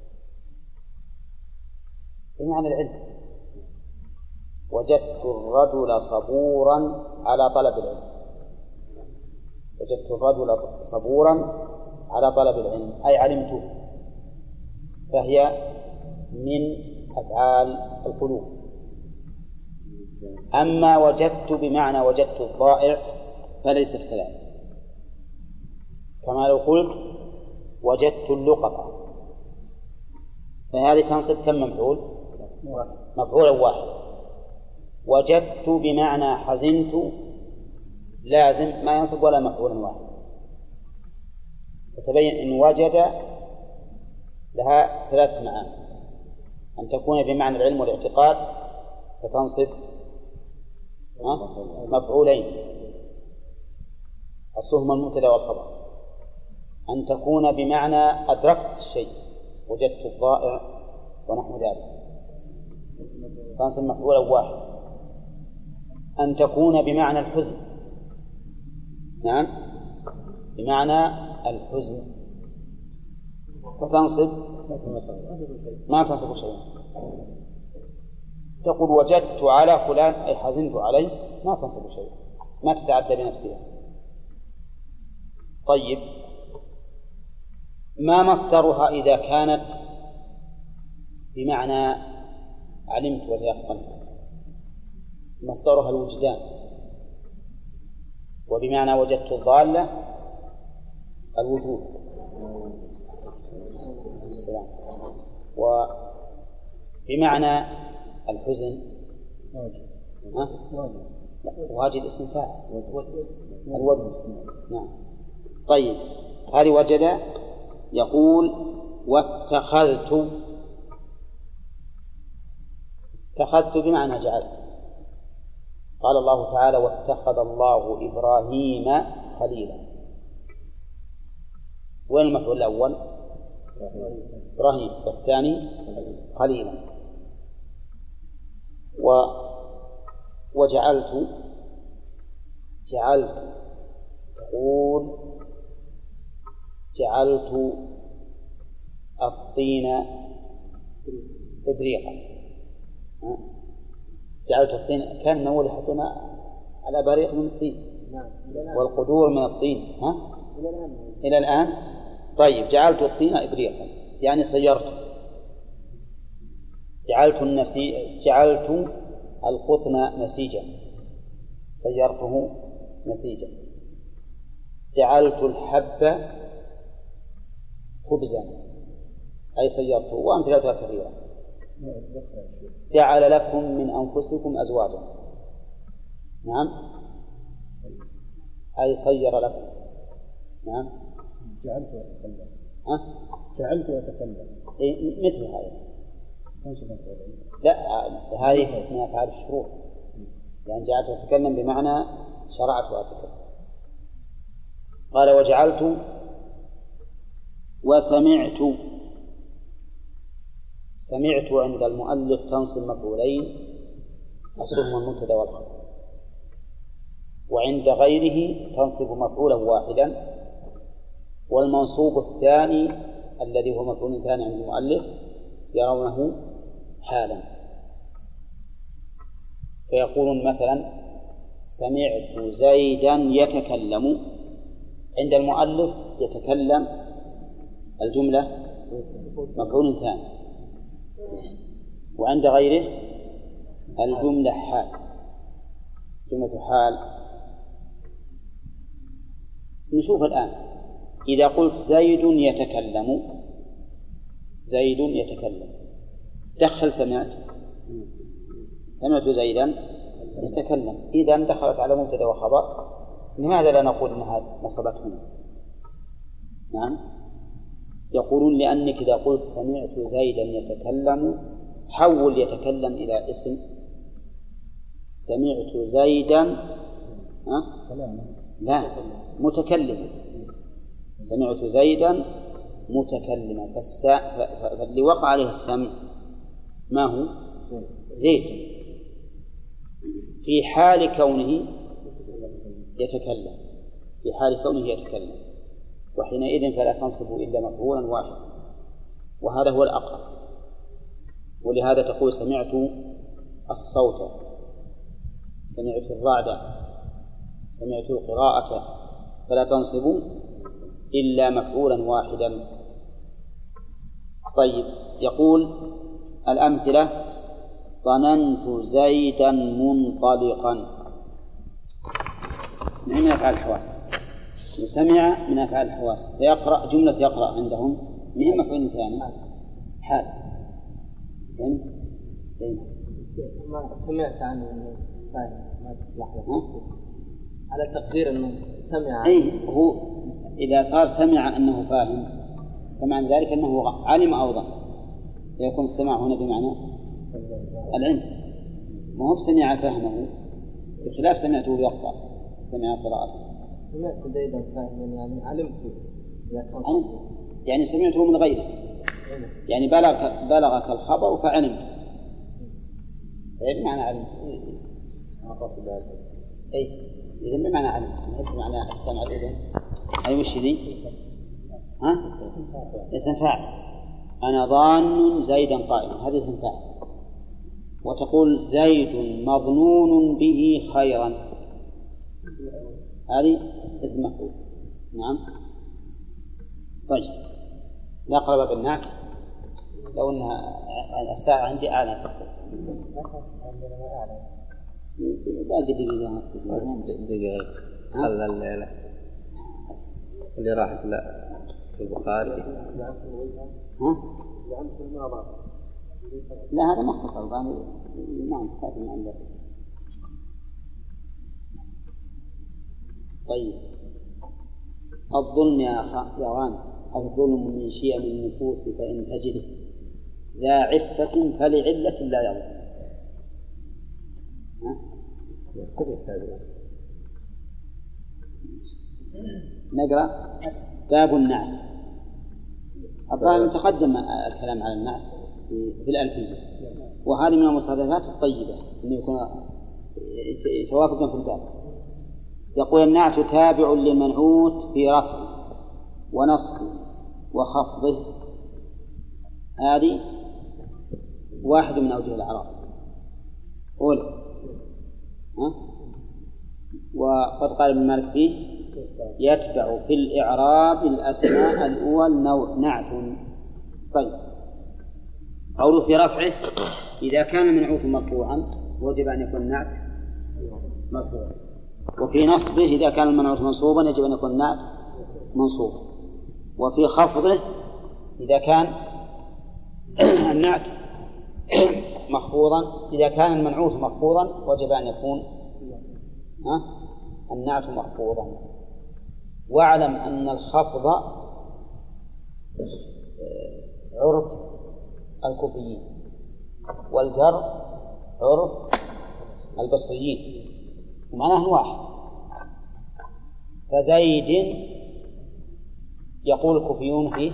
بمعنى العلم. وجدت الرجل صبورا على طلب العلم. وجدت الرجل صبورا على طلب العلم أي علمته، فهي من أفعال القلوب. أما وجدت بمعنى وجدت الضائع فليست كذلك، كما لو قلت وجدت اللقطة، فهذه تنصب كم مفعول؟ مفعولا واحد. وجدت بمعنى حزنت لازم ما ينصب ولا مفعولا واحد. فتبين أن وجد لها 3 معاني. أن تكون بمعنى العلم والاعتقاد فتنصب مفعولين أصلهما المبتدأ والخبر. أن تكون بمعنى أدركت الشيء وجدت الضائع ونحو ذلك تنصب مفعولا واحد. أن تكون بمعنى الحزن، نعم بمعنى الحزن فتنصب ما تنصب شيئا. تقول وجدت على فلان أي حزنت عليه ما تنصب شيئا، ما تتعدى بنفسها. طيب ما مصدرها إذا كانت بمعنى علمت وتيقنت؟ مصدرها الوجدان، وبمعنى وجدت الضالة الوجود السلام، وبمعنى الحزن واجد اسم فاعل الوجد. نعم. طيب هذه وجد. يقول واتخذت، اتخذت بمعنى جعلت. قال الله تعالى واتخذ الله إبراهيم خليلا. وين المفعول الأول؟ إبراهيم، والثاني خليلا. وجعلت، جعلت تقول جعلت الطين إبريقا. جعلت الطين، كان أول يحطنا على بريق من الطين والقدور من الطين إلى الآن. طيب جعلت الطين إبريقا يعني صيرت. جعلت القطن نسيجا صيرته نسيجا. جعلت الحب خبزا أي صيرته، وأمثلتها كثيرة. جعل لكم من أنفسكم أزواجا، نعم أي صير لكم. نعم جعلت وأتكلم. جعلت وأتكلم مثل هذا. لا هذه من أفعال الشروط، يعني جعلت وأتكلم بمعنى شرعت وأتكلم. قال وجعلت وسمعت. سمعت عند المؤلف تنصب مفعولين أصلهما المبتدأ والخبر، وعند غيره تنصب مفعولا واحدا، والمنصوب الثاني الذي هو مفعول ثاني عند المؤلف يرونه حالا. فيقولون مثلا سمعت زيدا يتكلم، عند المؤلف يتكلم الجملة مفعول ثاني، وعند غيره الجملة حال، جملة حال. نشوف الآن إذا قلت زيد يتكلم، زيد يتكلم دخل سمعت زيدا يتكلم، إذا دخلت على مبتدأ وخبر. لماذا لا نقول إنها نصبت هنا؟ نعم يقولون لأنك إذا قلت سمعت زيدا يتكلم حول يتكلم إلى اسم. سمعت زيدا لا متكلم، سمعت زيدا متكلما، فاللي وقع عليه السمع ما هو؟ زيد في حال كونه يتكلم، في حال كونه يتكلم، وحينئذ فلا تنصب إلا مفعولا واحدا، وهذا هو الأقرب. ولهذا تقول سمعت الصوت، سمعت الرعد، سمعت القراءة، فلا تنصب إلا مفعولا واحدا. طيب يقول الأمثلة ظننت زيدا منطلقا، من أفعال الحواس، وسمع من أفعال الحواس، فيقرأ جملة يقرأ عندهم من مفعول ثاني حال. ما سمعت عنه أنه على تقدير أنه سمع. أي هو إذا صار سمع أنه فاهم فمعنى ذلك أنه علم أو ظن. يكون السماع هنا بمعنى العلم، ما هو سمع فهمه، بخلاف سمعته يقرأ، سمع قراءته. سمعت زيدا فاهما يعني علمت، يعني سمعته من غيره، يعني بلغك الخبر فعلمت، بمعنى علمت. ما قصد هذا. أي إذا بمعنى علمت، ما هي بمعنى السمع الأذن. أي وش ذي؟ ها؟ اسم فاعل. أنا ظان زيدا قائما، هذا اسم فاعل. وتقول زيد مظنون به خيرا، هذه اسم مفعول. نعم. طيب نقرأ بالنعت، لو أنها الساعة عندي أعلى باقي دقيقة خلى الليلة اللي راحت لا في البخاري. لا هذا مختصر نعم كافي من عنده. طيب الظلم يا غانم، الظلم من شيء من النفوس فإن تجده ذا عفة فلعلة لا يظلم. نقرأ باب النعت. الظاهر تقدم الكلام على النعت في الألفية، وهذه من المصادفات الطيبة أن يكون يتوافقون في الباب. يقول النعت تابع للمنعوت في رفعه ونصبه وخفضه، هذه واحد من أوجه الإعراب. أولى وقد قال ابن مالك فيه يتبع في الإعراب الأسماء الأول نعت. طيب قوله في رفعه إذا كان المنعوت مرفوعا وجب أن يكون نعت مرفوع، وفي نصبه إذا كان المنعوت منصوبا يجب أن يكون نعت منصوب، وفي خفضه إذا كان النعت مخفوضا، إذا كان المنعوت مخفوضا وجب أن يكون النعت مخفوضا. واعلم أن الخفض عرف الكوفيين والجر عرف البصريين ومعناه واحد. فزيد يقول الكوفيون فيه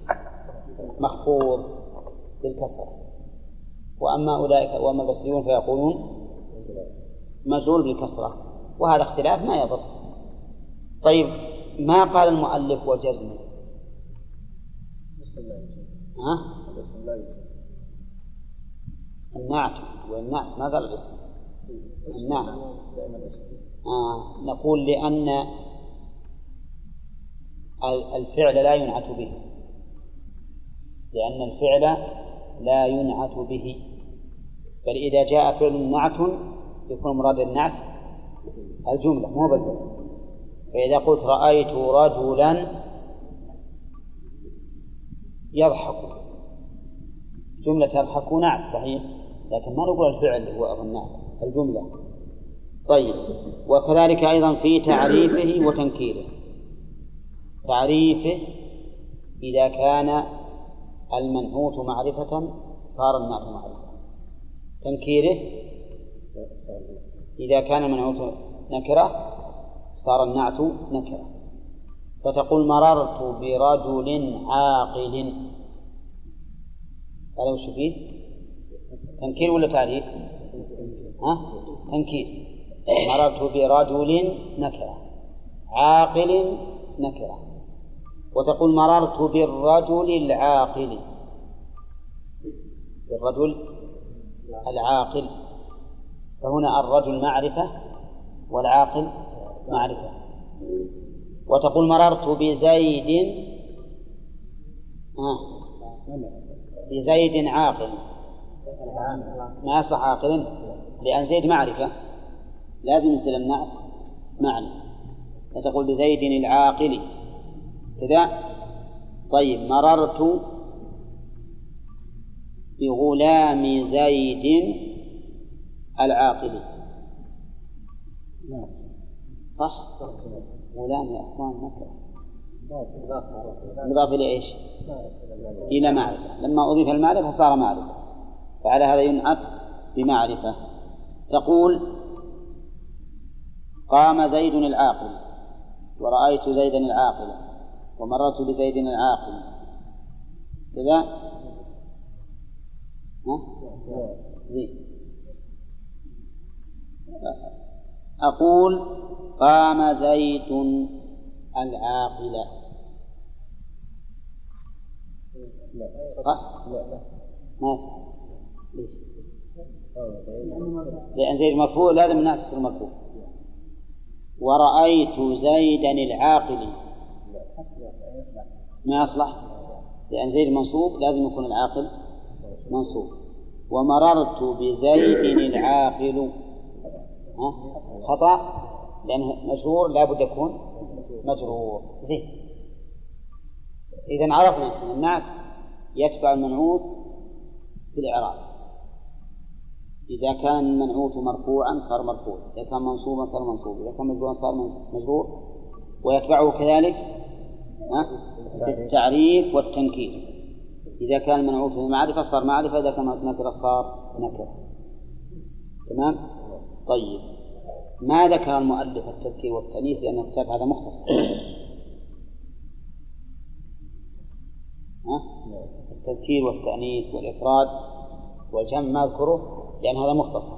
مخفوض بالكسر، وأما البصريون فيقولون مجرور بالكسرة، وهذا اختلاف ما يضر. طيب ما قال المؤلف وجزم؟ النعت والنعت ما قال الاسم النعت. نقول لأن الفعل لا ينعت به، لأن الفعل لا ينعت به، بل إذا جاء فعل نعت يكون مراد النعت الجملة مو بالفعل. فإذا قلت رأيت رجلا يضحك، جملة يضحك نعت صحيح، لكن ما نقول الفعل هو النعت الجملة. طيب وكذلك أيضا في تعريفه وتنكيره. تعريفه إذا كان المنعوت معرفة صار النعت معرفة. تنكيره إذا كان المنعوت نكرة صار النعت نكرة. فتقول مررت برجل عاقل، هذا وش فيه؟ تنكير ولا تعريف؟ تنكير. مررت برجل نكرة، عاقل نكرة. وتقول مررت بالرجل العاقل، بالرجل العاقل، فهنا الرجل معرفة والعاقل معرفة. وتقول مررت بزيد بزيد عاقل، ما أصلح عاقل لأن زيد معرفة لازم يصير النعت معرفة. فتقول بزيد العاقل كذا. طيب مررت بغلام زيد العاقل، صح؟ غلام يا أخوان نكرة مضاف إلى إيش؟ إلى معرفة. لما أضيف المعرفة صار معرفة، فعلى هذا ينعت بمعرفة. تقول قام زيد العاقل ورأيت زيدا العاقل ومررت بزيد العاقل كذا. زيد. أقول قام زيد العاقل، صح؟ ما صح. ليش؟ لأن زيد مرفوع لازم نعكس المرفوع. ورأيت زيدا العاقل ما يصلح، لأن زيد منصوب لازم يكون العاقل منصوب. ومررت بزيد العاقل خطأ، لأنه مجرور لا بد يكون مجرور. زين. إذن عرفنا أن النعت يتبع المنعوت في الإعراب. إذا كان المنعوت مرفوعا صار مرفوع، إذا كان منصوبا صار منصوب، إذا كان مجرورا صار مجرور. ويتبعه كذلك في التعريف والتنكير. إذا كان المنعوت في المعرفة صار معرفة، إذا كان نكرة صار نكرة. تمام؟ طيب، ما ذكر المؤلف التذكير والتأنيث لأن الكتاب هذا مختصر. التذكير والتأنيث والإفراد والجمع ما أذكره لأن هذا مختصر،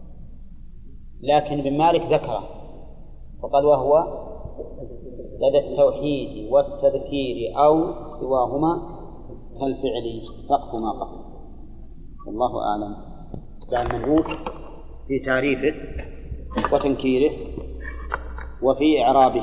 لكن ابن مالك ذكره فقال وهو لدى التوحيد والتذكير أو سواهما كالفعل فقط ما قبل. والله أعلم. يعني المنعوت في تعريفه وتنكيره وفي إعرابه.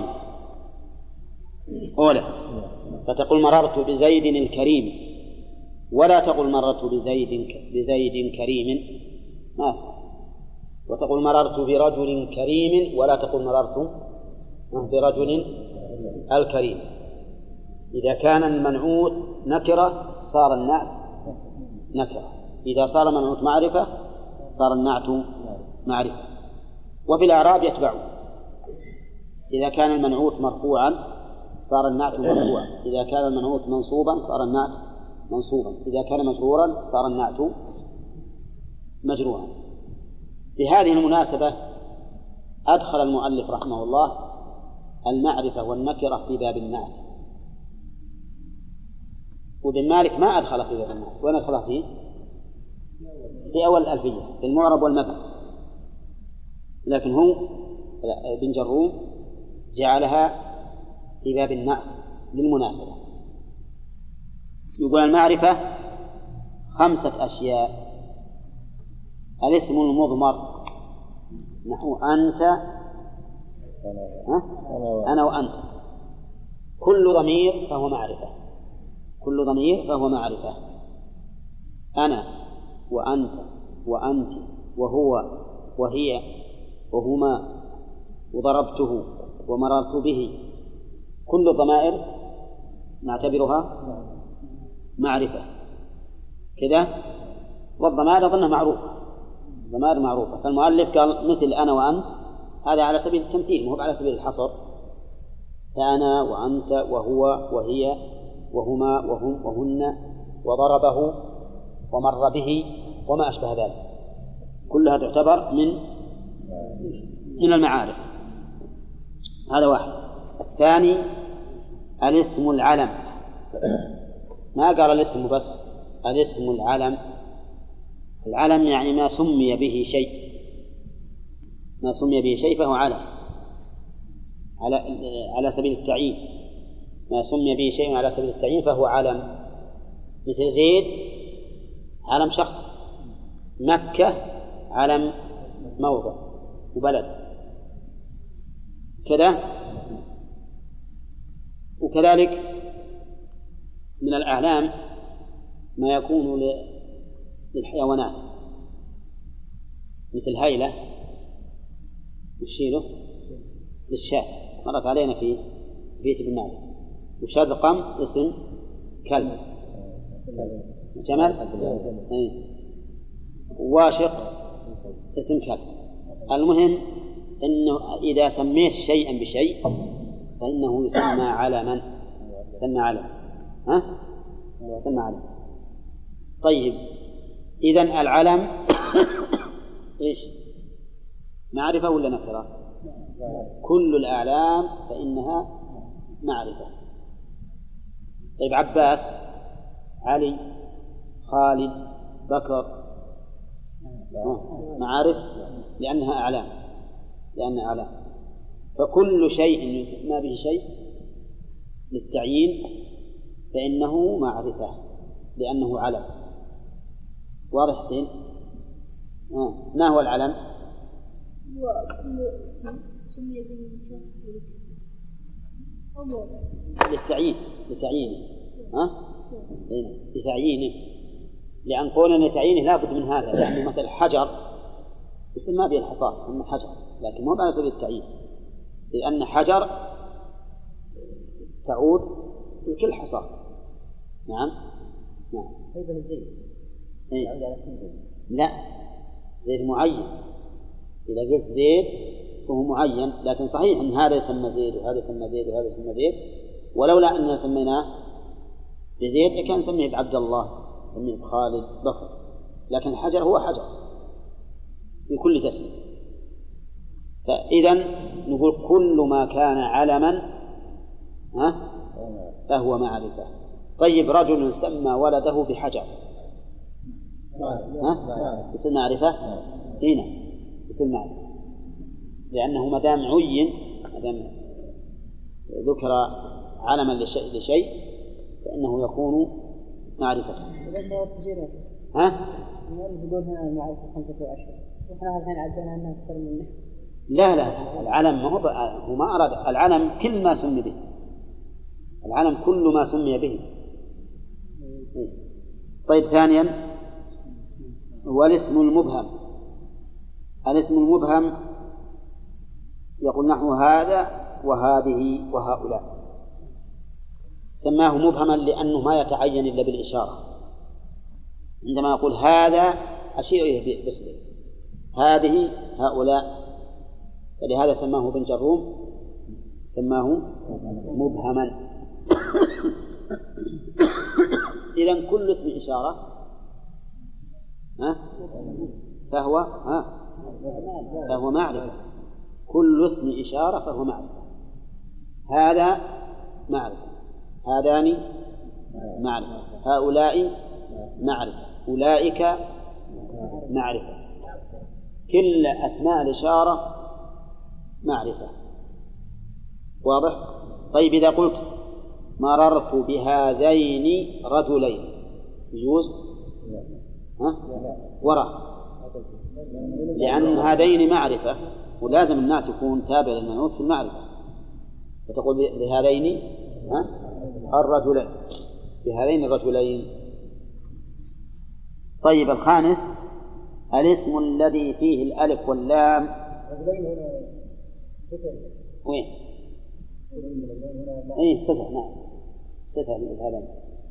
أولا فتقول مررت بزيد الكريم، ولا تقول مررت بزيد كريم، ما صح. وتقول مررت برجل كريم، ولا تقول مررت برجل الكريم. إذا كان المنعوت نكرة صار النعت نكرة، إذا صار المنعوت معرفة صار النعت معرفة. وفي الإعراب يتبعه. إذا كان المنعوت مرفوعا صار النعت مرفوعا، إذا كان المنعوت منصوبا صار النعت منصوبا، إذا كان مجرورا صار النعت مجرورا. بهذه المناسبة أدخل المؤلف رحمه الله المعرفة والنكرة في باب النعت، وابن مالك ما أدخل في باب النعت. وين أدخل فيه؟ في أول الألفية في المعرب والمبنى، لكن هو ابن جروم جعلها في باب النعت للمناسبة. يقول المعرفة 5 أشياء: الاسم المضمر نحو أنت، أنا وأنت، كل ضمير فهو معرفة، كل ضمير فهو معرفة. أنا وأنت وأنت وهو وهي وهما وضربته ومررت به، كل الضمائر نعتبرها معرفة كذا. والضمائر أظنها معروفة، ضمائر معروفة. فالمؤلف قال مثل أنا وأنت، هذا على سبيل التمثيل مو على سبيل الحصر. فأنا وأنت وهو وهي وهما وهم وهن وضربه ومر به وما أشبه ذلك، كلها تعتبر من المعارف. هذا واحد. الثاني الاسم العلم، ما قال الاسم بس، الاسم العلم. العلم يعني ما سمي به شيء، ما سمي به شيء فهو علم على سبيل التعيين. ما سمي به شيء على سبيل التعيين فهو علم. مثل زيد علم شخص، مكة علم موضع وبلد كذا. وكذلك من الأعلام ما يكون للحيوانات مثل هيلة وشيله للشاة، مرت علينا في بيت ابن مالك. وشذقم اسم كلب، جمل واشق اسم كلب. المهم أنه إذا سميت شيئا بشيء فإنه يسمى علما، يسمى علم. ها؟ يسمى علم. طيب إذن العلم إيش؟ معرفة ولا نكرة؟ كل الأعلام فإنها معرفة. طيب عباس، علي، خالد، بكر، معارف لأنها أعلام، لأنها أعلام. فكل شيء يسمى به شيء للتعيين فإنه معرفة لأنه علم. واضح حسين؟ ما هو العلم؟ هو كل اسم سمي به شخص للتعيين، لتعيينه. لتعيينه، لأن قولنا لتعيينه لا بد من هذا، لأنه مثل حجر يسمى به الحصاة، يسمى حجر، لكن مو على سبيل التعيين، لأن حجر تعود لكل حصاة. نعم. أيضا زيد. لا، زيد معين. إذا قلت زيد فهو معين، لكن صحيح أن هذا يسمى زيد وهذا يسمى زيد وهذا يسمى زيد، ولولا أننا سميناه بزيد كان نسميه بعبد الله، نسميه بخالد، بكر، لكن الحجر هو حجر في كل تسمية. فإذا نقول كل ما كان علما فهو معرفة. طيب رجل سمى ولده بحجر يصير معرفة؟ هنا يصير معرفة، لأنه ما دام عين، ما دام ذكر علما لشيء فإنه يكون معرفة. يقول هنا المعرفة 15 وإحنا الحين عدنا أنها أكثر منه. لا العلم هو ما أراد العلم كل ما سمي به، العلم كل ما سمي به. طيب ثانيا والاسم المبهم. الاسم المبهم يقول نحو هذا وهذه وهؤلاء، سماه مبهما لأنه ما يتعين إلا بالإشارة. عندما يقول هذا أشير إليه باسمه، هذه هؤلاء، فلهذا سماه ابن جروم سماه مبهما. إذن كل اسم إشارة فهو معرفة. كل اسم إشارة فهو معرفة. هذا معرفة، هذان معرفة، هؤلاء معرفة، أولئك معرفة. كل أسماء الإشارة معرفة. واضح؟ طيب إذا قلت مررت بهذين رجلين يجوز؟ وراء، لأن هذين معرفة ولازم النعت يكون تابع للمنعوت في المعرفة، فتقول بهذين الرجلين، بهذين الرجلين. طيب الخامس الاسم الذي فيه الألف واللام. وين؟ صفة. نعم صفة لهذين.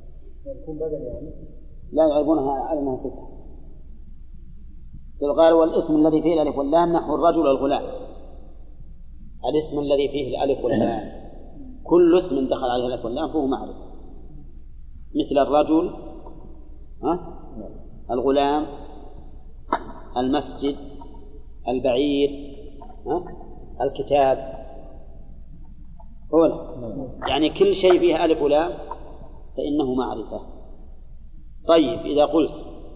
لا يعرفونها على أنها صفة. قال والاسم الذي فيه الألف واللام نحو الرجل والغلام. الاسم الذي فيه الألف واللام، كل اسم دخل عليه الألف واللام فهو معرفة، مثل الرجل، الغلام، المسجد، البعير، الكتاب، يعني كل شيء فيه ألف ولام فإنه معرفة. طيب إذا قلت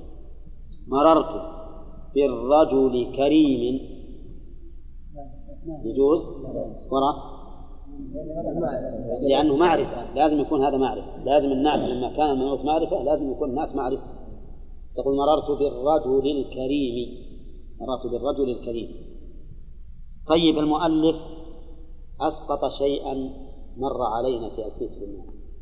مررت بالرجل كريم يجوز؟ وراء، لأنه معرفة، لازم يكون هذا معرفة، لازم النعت لما كان المنعوت معرفة لازم يكون النعت معرفة. تقول مررت بالرجل الكريم، مررت بالرجل الكريم. طيب المؤلف أسقط شيئا مر علينا في ألفية بالمعنى.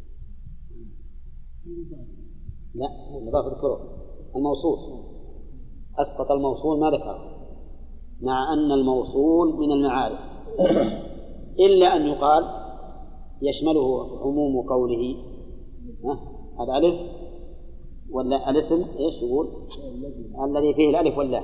لا مضاف الكروه، الموصول أسقط الموصول ما ذكره، مع أن الموصول من المعارف، إلا أن يقال يشمله عموم قوله الألف ولا الاسم إيش يقول؟ الذي فيه الألف واللام.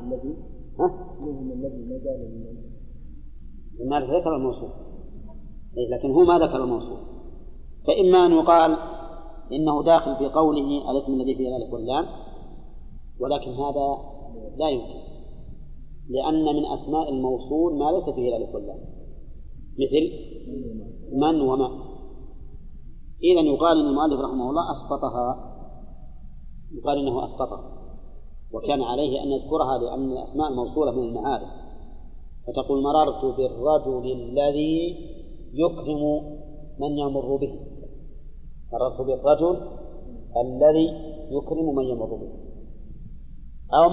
الذي المعرفة ذكر الموصول، لكن هو ما ذكر الموصول. فإما أن يقال إنه داخل في قوله الاسم الذي فيه الألف واللام، ولكن هذا لا يمكن، لأن من أسماء الموصول ما ليس فيه الألف واللام، مثل من وما. إذن يقال إن المؤلف رحمه الله أسقطها، يقال إنه أسقطها، وكان عليه أن يذكرها لأن الأسماء الموصولة من المعارف. فتقول مررت بالرجل الذي يكرم من يمر به، مررت بالرجل الذي يكرم من يمر به. أو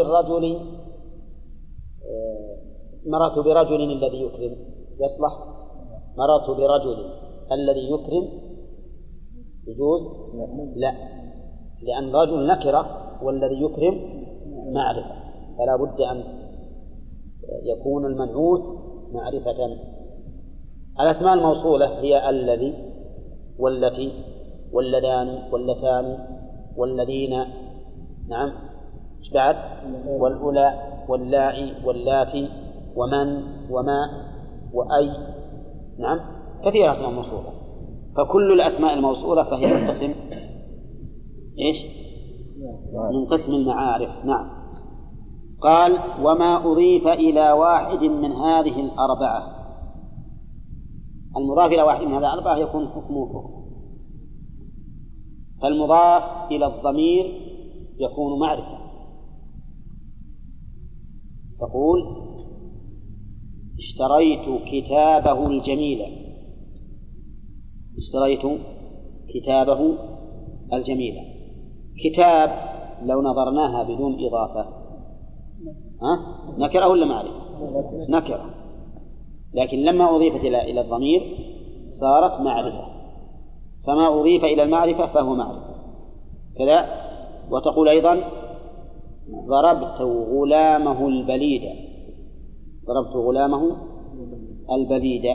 مررت برجل الذي يكرم، يصلح مررت برجل الذي يكرم يجوز؟ لا، لأن رجل نكرة والذي يكرم معرفة، فلا بد أن يكون المنعوت معرفة. الأسماء الموصولة هي الذي والتي واللذان واللتان والذين، نعم، بعد والأولى واللاعي واللاتي ومن وما وأي، نعم، كثير أسماء موصولة. فكل الأسماء الموصولة فهي من قسم إيش؟ من قسم المعارف. نعم. قال وما أضيف إلى واحد من هذه الأربعة. المضاف إلى واحد من هذه الأربعة يكون حكمه حكم. فالمضاف إلى الضمير يكون معرفة. تقول اشتريت كتابه الجميل، اشتريت كتابه الجميل. كتاب لو نظرناها بدون إضافة نكرة ولا معرفة؟ نكرة، لكن لما أضيفت إلى الضمير صارت معرفة، فما أضيف إلى المعرفة فهو معرفة كذا. وتقول أيضا ضربت غلامه البليد، ضربت غلامه البليد،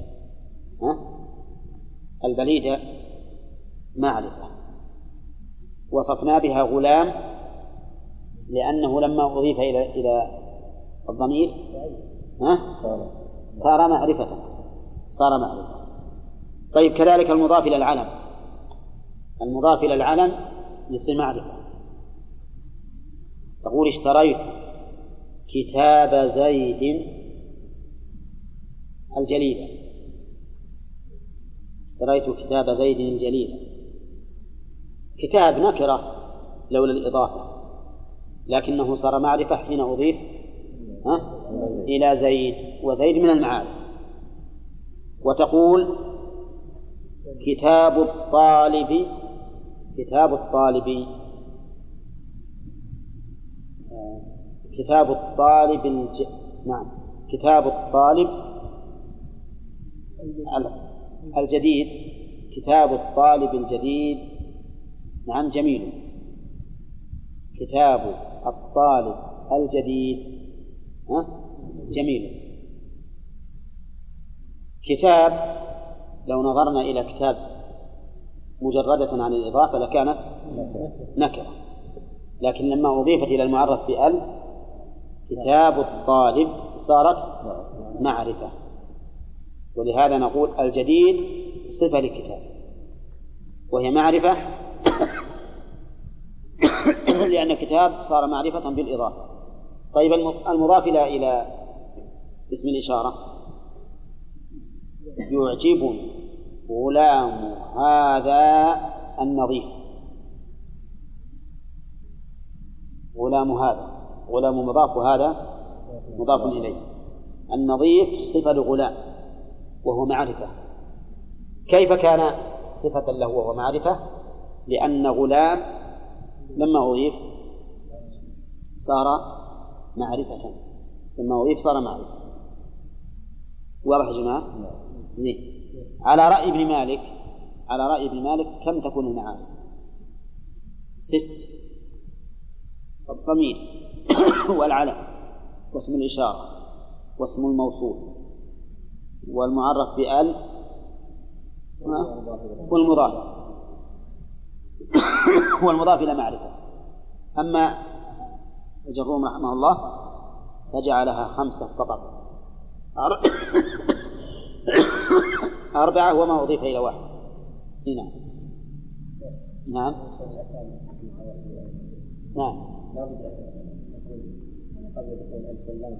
البليد معرفة وصفنا بها غلام لأنه لما أضيف إلى الضمير صار معرفة، صار معرفة. طيب كذلك المضاف إلى العلم، المضاف إلى العلم يصير معرفة. تقول اشتريت كتاب زيد الجليل، اشتريت كتاب زيد الجليل. كتاب نكرة لولا الإضافة، لكنه صار معرفة حين أضيف إلى زيد، وزيد من المعارف. وتقول كتاب الطالب، كتاب الطالب، كتاب الطالب نعم، كتاب الطالب الجديد، كتاب الطالب الجديد، نعم، جميل. كتاب الطالب الجديد جميل. كتاب لو نظرنا إلى كتاب مجردة عن الإضافة لكانت نكرة، لكن لما أضيفت إلى المعرف بأل كتاب الطالب صارت معرفة. ولهذا نقول الجديد صفة للكتاب وهي معرفة لأن الكتاب صار معرفة بالإضافة. طيب المضاف إلى اسم الإشارة يعجبني غلام هذا النظيف، غلام هذا، غلام مضاف وهذا مضاف إليه. النظيف صفة لغلام وهو معرفة. كيف كان صفة له وهو معرفة؟ لأن غلام لما أضيف صار معرفة، لما أضيف صار معرفة. واضح يا جماعة؟ زين. على رأي ابن مالك، على رأي ابن مالك كم تكون المعارف؟ 6: الضمير والعلم واسم الإشارة واسم الموصول والمعرف بأل والمضاف والمضاف إلى معرفة. أما الجروم رحمه الله فجعلها 5 فقط. 4 وما أضيف إلى 1. هنا نعم نعم قبل دخول ألف واللام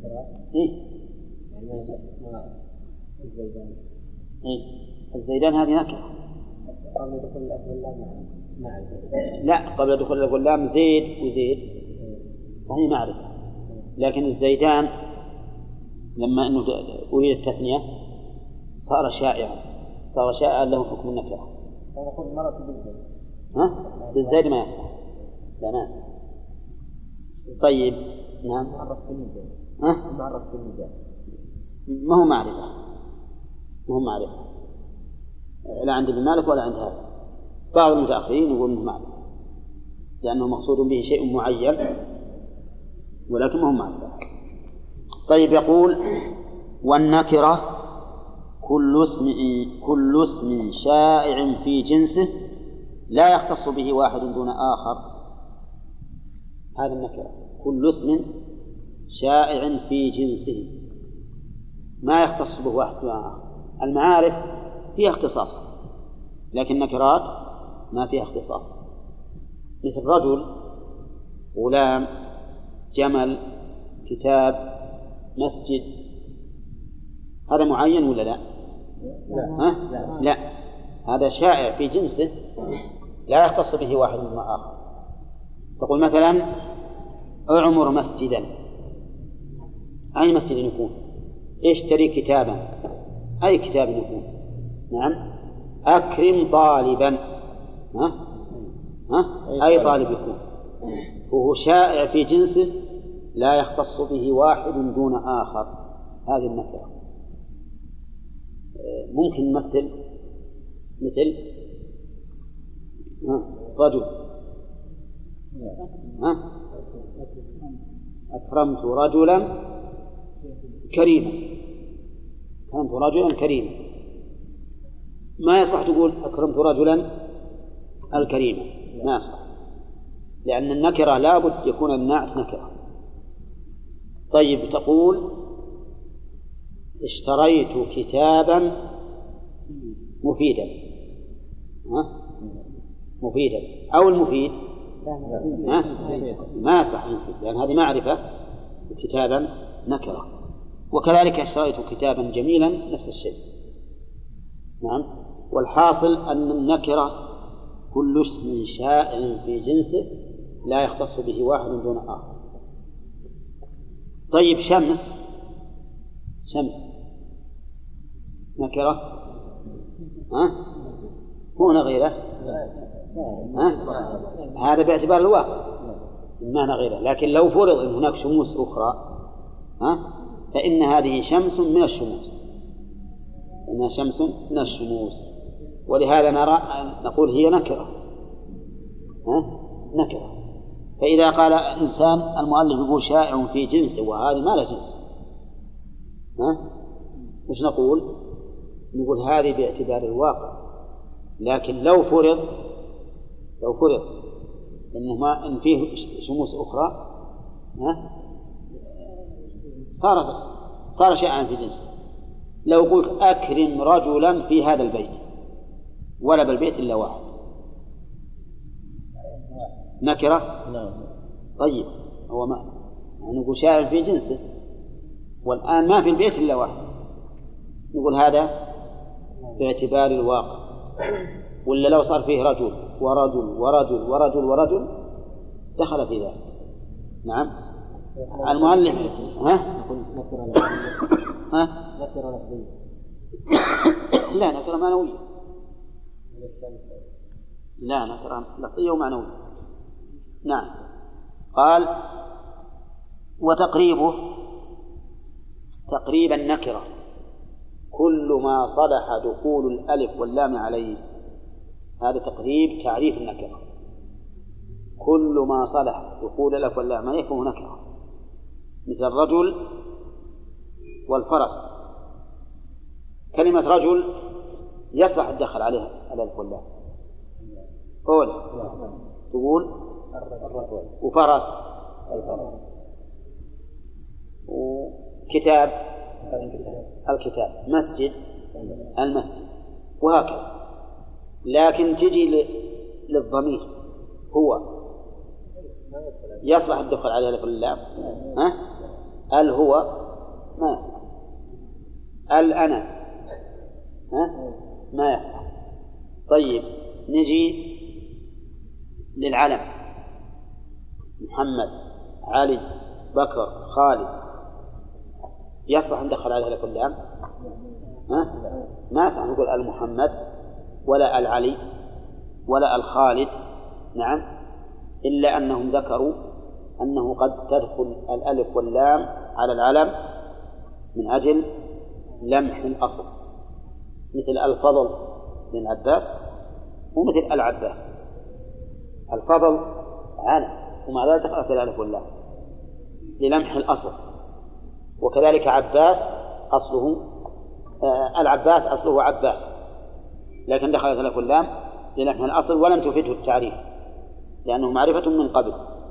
الزيدان هذه نكرة. قبل دخول الألف واللام لا، قبل دخول الألف واللام زيد وزيد صحيح معرفة، لكن الزيدان لما أنه أريد التثنية صار شائعا له حكم النكرة. ونقول مرة بالزيد بالزيد ما يصلح، لا ما يصلح. طيب نعم معرف بالنداء ما هو معرفة لا عند ابن مالك ولا عند هذا. بعض المتأخرين يقول انه معرفة لأنه مقصود به شيء معين ولكن ما هو معرفة. طيب يقول والنكرة كل اسم شائع في جنسه لا يختص به واحد دون آخر. هذا النكرة كل اسم شائع في جنسه ما يختص به واحد دون آخر. المعارف فيها اختصاص لكن النكرات ما فيها اختصاص، مثل رجل، غلام، جمل، كتاب، مسجد. هذا معين ولا لا؟ لا، هذا شائع في جنسه لا يختص به واحد دون آخر. تقول مثلا اعمر مسجدا، أي مسجد يكون؟ اشتري كتابا، أي كتاب يكون؟ نعم. أكرم طالبا، أي طالب يكون؟ وهو شائع في جنسه لا يختص به واحد دون آخر. هذه النكرة. ممكن نمثل مثل رجل، أكرمت رجلا كريما، أكرمت رجلا كريما. ما يصلح تقول أكرمت رجلا الكريم، ما يصلح، لأن النكرة لابد يكون النعت نكرة. طيب تقول اشتريت كتابا مفيدا، مفيدا أو المفيد ما يصلح المفيد لأن هذه معرفة، كتابا نكرة. وكذلك اشتريت كتابا جميلا نفس الشيء. نعم. والحاصل أن النكرة كل اسم شائع في جنسه لا يختص به واحد دون آخر. طيب شمس نكرة هنا غيره، هذا باعتبار الواقع المعنى غيره. لكن لو فرض أن هناك شموس أخرى فإن هذه شمس من الشموس، إنها شمس من الشموس، ولهذا نقول هي نكرة. نكرة. فإذا قال إنسان المؤلف يقول شائع في جنسه وهذه ما له جنس، وش نقول؟ نقول هذه باعتبار الواقع. لكن لو فرض إن فيه شموس أخرى صار شائعا في جنسه. لو قلت أكرم رجلا في هذا البيت ولا بالبيت إلا واحد، نكرة؟ طيب هو ما نقول شائع في جنسه والآن ما في البيت إلا واحد، نقول هذا باعتبار الواقع. ولا لو صار فيه رجل ورجل ورجل ورجل ورجل دخل في ذلك. نعم. المؤلف نكرة لفظية لا نكرة معنوية، لا نكرة لفظية ومعنوية. نعم. قال وتقريبه تقريب النكرة كل ما صلح دخول الألف واللام عليه. هذا تقريب تعريف النكرة، كل ما صلح دخول الألف واللام عليه فهو نكرة، مثل الرجل والفرس. كلمة رجل يصلح الدخل عليها الألف واللام قول تقول وفرس وكتاب الكتاب، مسجد المسجد وهكذا. لكن تجي للضمير هو يصلح الدخول عليه لفظ اللام. هو ما يصلح. أنا ما يصلح. طيب نجي للعلم محمد علي بكر خالد، يصلح أن دخل عليه لفظ اللام؟ ما يصلح نقول المحمد ولا العلي ولا الخالد. نعم، إلا أنهم ذكروا أنه قد تدخل الألف واللام على العلم من أجل لمح الأصل، مثل الفضل بن عباس ومثل العباس. الفضل علم ومع ذلك دخلت الألف واللام للمح الأصل، وكذلك عباس أصله العباس أصله عباس، لكن دخلت الألف واللام للمح الأصل ولم تفيده التعريف لأنه معرفة من قبل.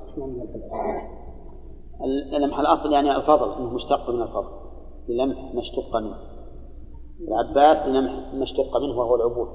لمح الأصل يعني الفضل أنه مشتق من الفضل للمح مشتق منه، العباس للمح مشتق منه وهو العبوس.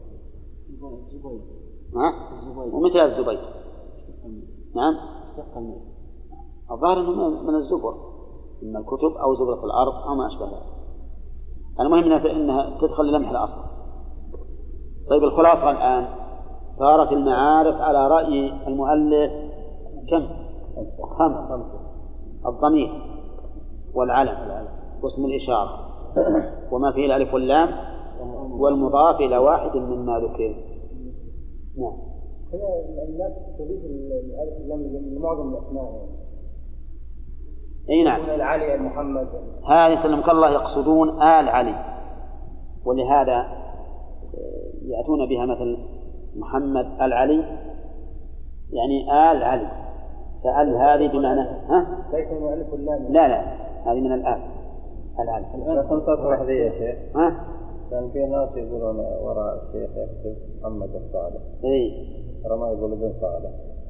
ومثل الزبير. نعم، الظاهر أنه من الزبر، من الكتب أو زبرة الأرض أو ما أشبه ذلك. المهم أنها تدخل للمح الأصل. طيب الخلاصة الآن صارت المعارف على رأي المؤلف كم؟ 5: الضمير والعلم واسم الإشارة وما فيه الألف واللام والمضاف إلى واحد مما ذكر. نعم. الناس تضيف الألف واللام لمعظم الأسماء. أي نعم. العلي محمد هذا سلمك الله يقصدون آل علي، ولهذا يأتون بها مثل محمد العلي يعني آل علي، فآل هذه بمعنى ليس من الألف واللام. لا هذه من الآل العلي. لكن تصرح ذي يا شيخ. كان في ناس يقولون وراء الشيخ يكتب محمد الصالح. ترى ما يقول ابن صالح.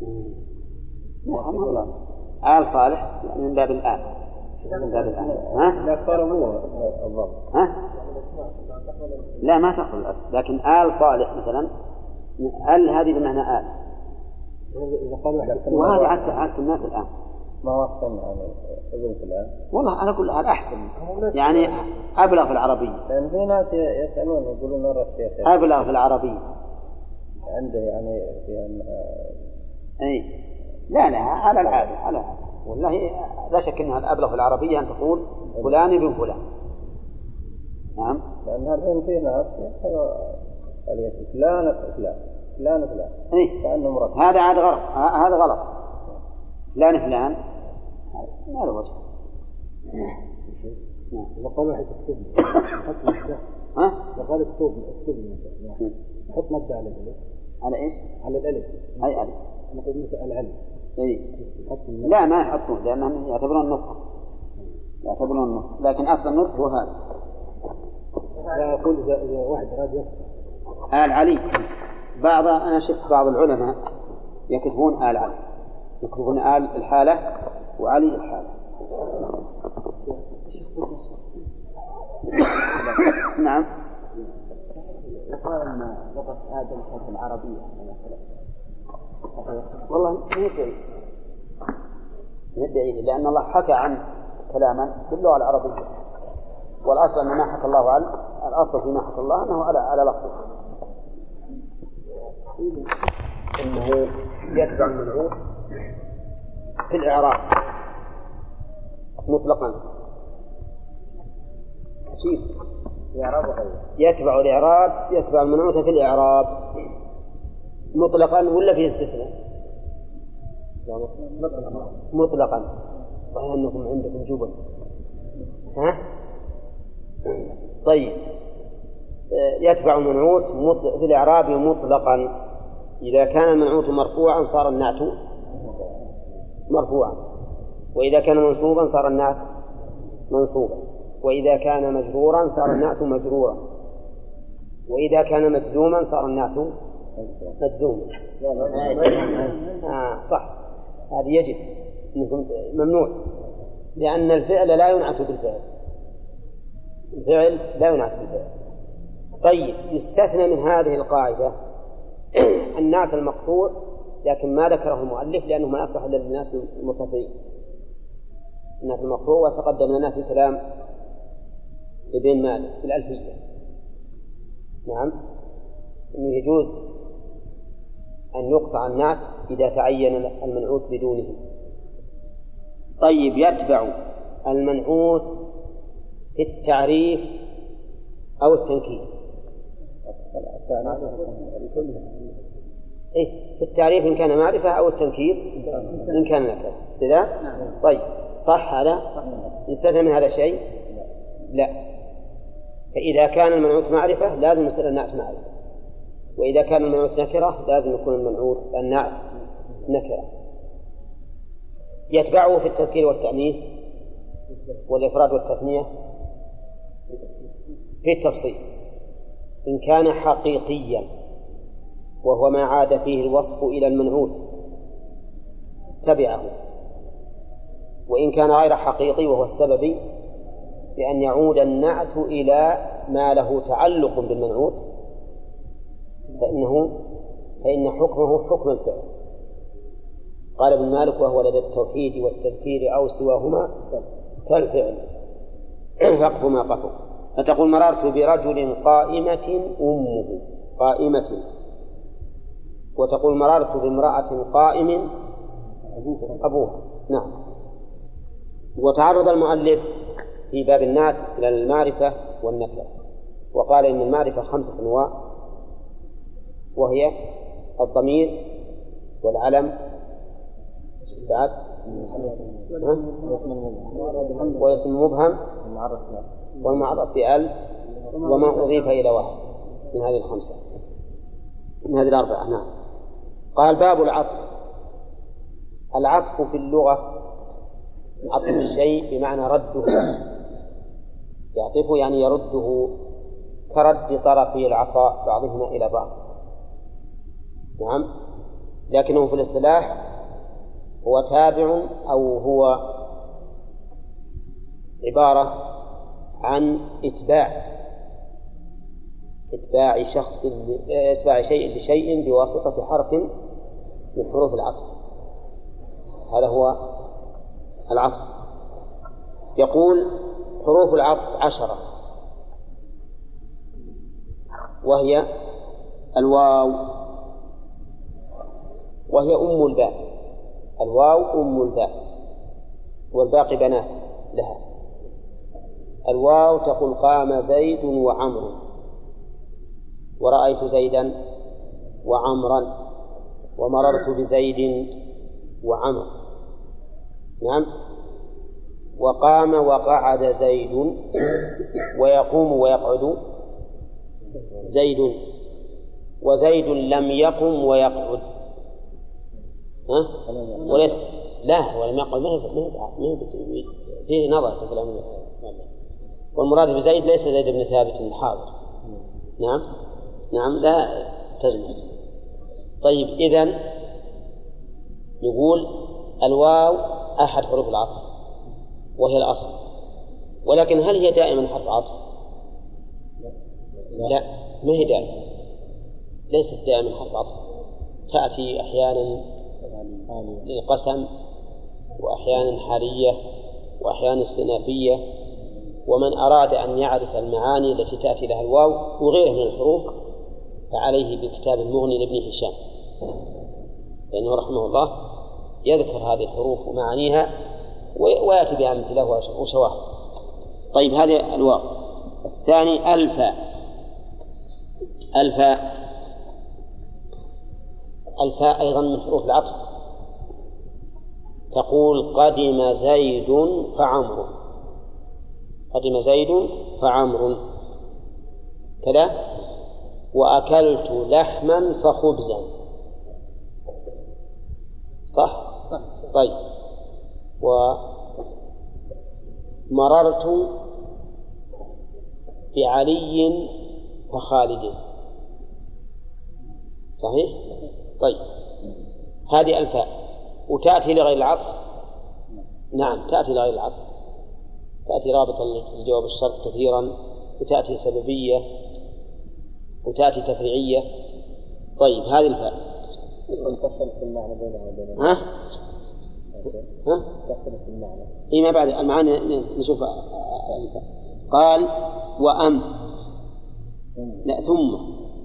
آل صالح يعني من باب الآل. من باب الآل. لا فرموه الضبط. لا ما تقبل الأصل، لكن آل صالح مثلا آل هذه بمعنى آل. وهذا عادة الناس الآن. ما هو أحسن يعني ابن فلان؟ والله أنا أقول هذا أحسن يعني أبلغ في العربية. لأن في ناس يسألون يقولون نرى الشيخ أبلغ في العربية عنده يعني لا على العادة والله لا شك أنها الأبلغ في العربية أن تقول فلان ابن فلان. نعم، لأن هذين في ناس فلان كأنه مرتب. هذا عاد غلط، هذا غلط. فلان ما له وجه. وقال واحد اكتب وقال اكتب مثلا نحط مادة على الألف. على إيش؟ على الألف. أي ألف؟ نقول مثلا العلم. لا ما يحطون لأنهم يعتبرون النطق. لكن أصل النطق هو هذا. لا أقول إذا واحد راد يكتب آل علي. أنا شفت بعض العلماء يكتبون آل علي، يكتبون آل الحالة وعلي الحالة. نعم. يقال أن لغة آدم كانت العربية والله يدعي لأن الله حكى عن كلاما باللغة العربية، والأصل أن ما حكى الله عنه، الأصل فيما حكى الله أنه على لفظه، إنه يتبع المنعوت في الإعراب مطلقا. عجيب. يتبع الإعراب، يتبع المنعوت في الإعراب مطلقا ولا فيه استثناء؟ مطلقا. وهي أنكم عندكم جبن. طيب، يتبع المنعوت في الإعراب مطلقا. إذا كان المنعوت مرفوعا صار النعت مرفوعا، وإذا كان منصوبا صار النعت منصوبا، وإذا كان مجرورا صار النعت مجرورا، وإذا كان مجزوما صار النعت مجزوما. صح، هذا يجب، ممنوع، لأن الفعل لا ينعت بالفعل. الفعل لا ينعت بالفعل. طيب يستثنى من هذه القاعدة النعت المقطوع، لكن ما ذكره المؤلف لأنه ما يصح إلا للناس المرتفعين. النعت المقطوع وتقدم لنا في كلام ابن مالك في الألفية. نعم، إنه يجوز أن يقطع النعت إذا تعين المنعوت بدونه. طيب، يتبع المنعوت في التعريف أو التنكير. في التعريف إن كان معرفة، أو التنكير إن كان نكرة. كذا؟ طيب، صح هذا؟ يستثنى من هذا شيء؟ لا. فإذا كان المنعوت معرفة لازم يصير النعت معرفة، وإذا كان المنعوت نكرة لازم يكون المنعوت النعت نكرة. يتبعه في التذكير والتأنيث والإفراد والتثنية في التفصيل. إن كان حقيقيا وهو ما عاد فيه الوصف إلى المنعوت تبعه، وإن كان غير حقيقي وهو السبب بأن يعود النعت إلى ما له تعلق بالمنعوت فإن حكمه حكم الفعل. قال ابن مالك: وهو لدى التوحيد والتذكير أو سواهما كالفعل فقف ما قفوا. فتقول: مررت برجل قائمة أمه، قائمة. وتقول: مررت بامرأة قائم أبوها. نعم. وتعرض المؤلف في باب النعت إلى المعرفة والنكرة، وقال إن المعرفة 5 أنواع، وهي الضمير والعلم بعد والاسم المبهم والمعرف بأل وما أضيف إلى واحد من هذه 5 من هذه 4. نعم. قال: باب العطف. العطف في اللغة عطف الشيء بمعنى رده، يعطفه يعني يرده، كرد طرفي العصا بعضهما إلى بعض. نعم. لكنه في الاصطلاح هو تابع أو هو عبارة عن إتباع شيء لشيء بواسطة حرف من حروف العطف. هذا هو العطف. يقول: حروف العطف 10، وهي الواو، وهي أم الباء. الواو أم الباء، والباقي بنات لها. الواو تقول: قام زيد وعمر، ورأيت زيدا وعمرا، ومررت بزيد وعمر. نعم. وقام وقعد زيد، ويقوم ويقعد زيد، وزيد لم يقم ويقعد. وليس لا ولم يقعد، ما فيه نظر في كلام. والمراد بزيد ليس زيد بن ثابت الحاضر. نعم. نعم، لا تزمن. طيب، إذن نقول الواو أحد حروف العطف وهي الأصل، ولكن هل هي دائما حرف عطف؟ لا، ما هي دائما، ليست دائما حرف عطف. تأتي أحيانا للقسم، وأحيانا حالية، وأحيانا استئنافية. ومن أراد أن يعرف المعاني التي تأتي لها الواو وغيرها من الحروف فعليه بكتاب المغني لابن هشام، لأنه رحمه الله يذكر هذه الحروف ومعانيها ويأتي بأمثلة وشواهد. طيب، هذه الواو. الثاني الفاء. الفاء أيضا من حروف العطف. تقول: قدم زيد فعمر، قدم زيد فعمر كذا. وأكلت لحما فخبزا. صح؟ طيب. ومررت بعلي فخالد. صحيح؟ طيب، هذه الفاء. وتأتي لغير العطف. نعم، تأتي لغير العطف، تأتي رابطا لجواب الشرط كثيرا، وتأتي سببية وتأتي تفريعية. طيب هذه الفاء تختلف في المعنى بينها وبين ها؟ تختلف في المعنى. إيه ما بعد المعنى نشوف. قال وأم لا ثم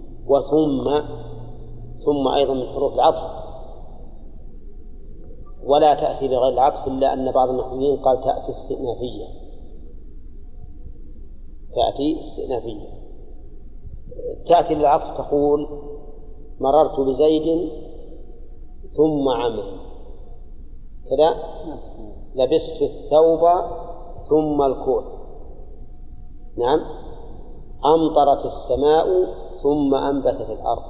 ثم أيضا من حروف العطف، ولا تأتي بغير العطف إلا أن بعض النحويين قال تأتي استئنافية. تأتي للعطف تقول مررت بزيد ثم عمرو كذا، لبست الثوب ثم الكوت، نعم، أمطرت السماء ثم أنبتت الأرض.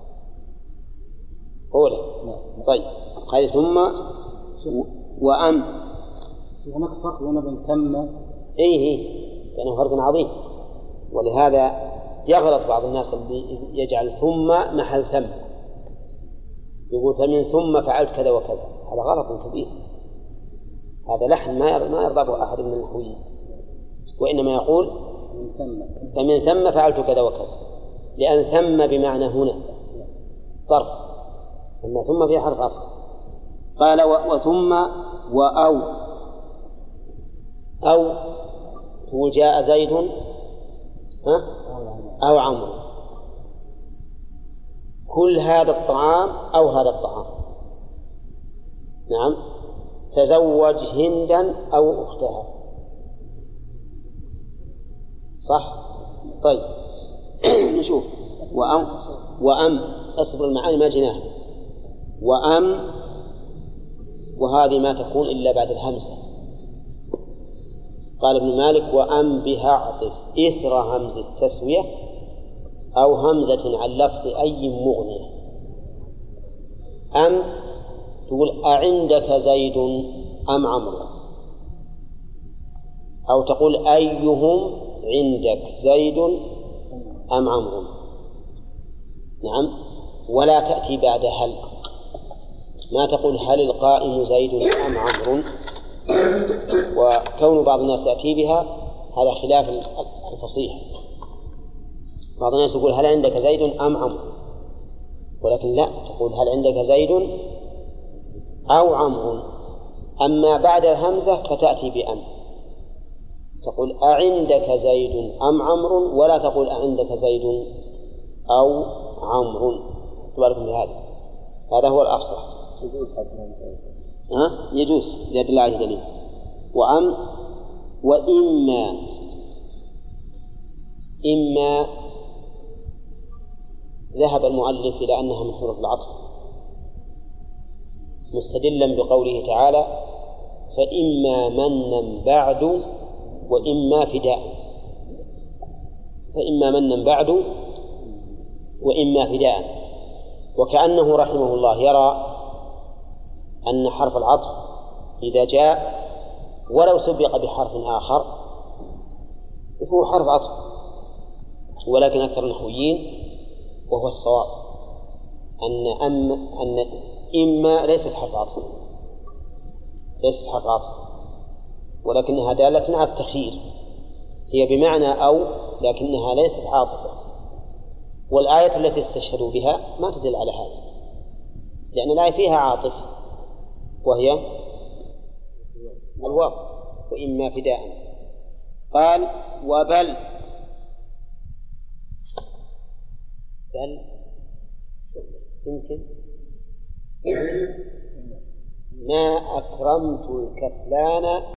قوله طيب هذه ثم وأم. هناك فرق بين ثم يعني فرق عظيم، ولهذا يغلط بعض الناس اللي يجعل ثم محل ثم، يقول فمن ثم فعلت كذا وكذا، هذا غلط كبير، هذا لحن ما يرضى به أحد من النحويين، وإنما يقول فمن ثم فعلت كذا وكذا، لأن ثم بمعنى هنا ظرف، أما ثم في حرف عطف. قال وثم أو تقول جاء زيد أو عمرو، كل هذا الطعام أو هذا الطعام، نعم، تزوج هندا أو أختها، صح؟ طيب نشوف وأم أصبر المعاني ما جناها، وأم وهذه ما تكون إلا بعد الهمزة. قال ابن مالك وأم بها عطف إثر همز التسوية أو همزة عن لفظ أي مغنية. أم تقول أعندك زيد أم عمرو، أو تقول أيهم عندك زيد أم عمرو، نعم، ولا تأتي بعد هل، ما تقول هل القائم زيد أم عمرو، وكون بعض الناس يأتي بها هذا خلاف الفصيح. بعض الناس يقول هل عندك زيد أم عمرو، ولكن لا، تقول هل عندك زيد أو عمرو. أما بعد الهمزة فتأتي بأم، تقول أعندك زيد أم عمرو، ولا تقول أعندك زيد أو عمرو. تباركم بهذا، هذا هو الأفصح. يجوز لله على دليل. وأم إما ذهب المؤلف إلى أنها من حروف العطف مستدلا بقوله تعالى فإما منا بعد وإما فداء، فإما منا بعد وإما فداء، وكأنه رحمه الله يرى أن حرف العطف إذا جاء ولو سبق بحرف آخر فهو حرف عطف، ولكن أكثر النحويين وهو الصواب أن إما ليست حرف عطف، ليست حرف عطف، ولكنها دالة على التخيير، هي بمعنى أو لكنها ليست عاطفة. والآية التي استشهدوا بها ما تدل على هذا، لأن الآية فيها عاطف وهي الواو وإما فداء. قال وبل يمكن ما أكرمت الكسلان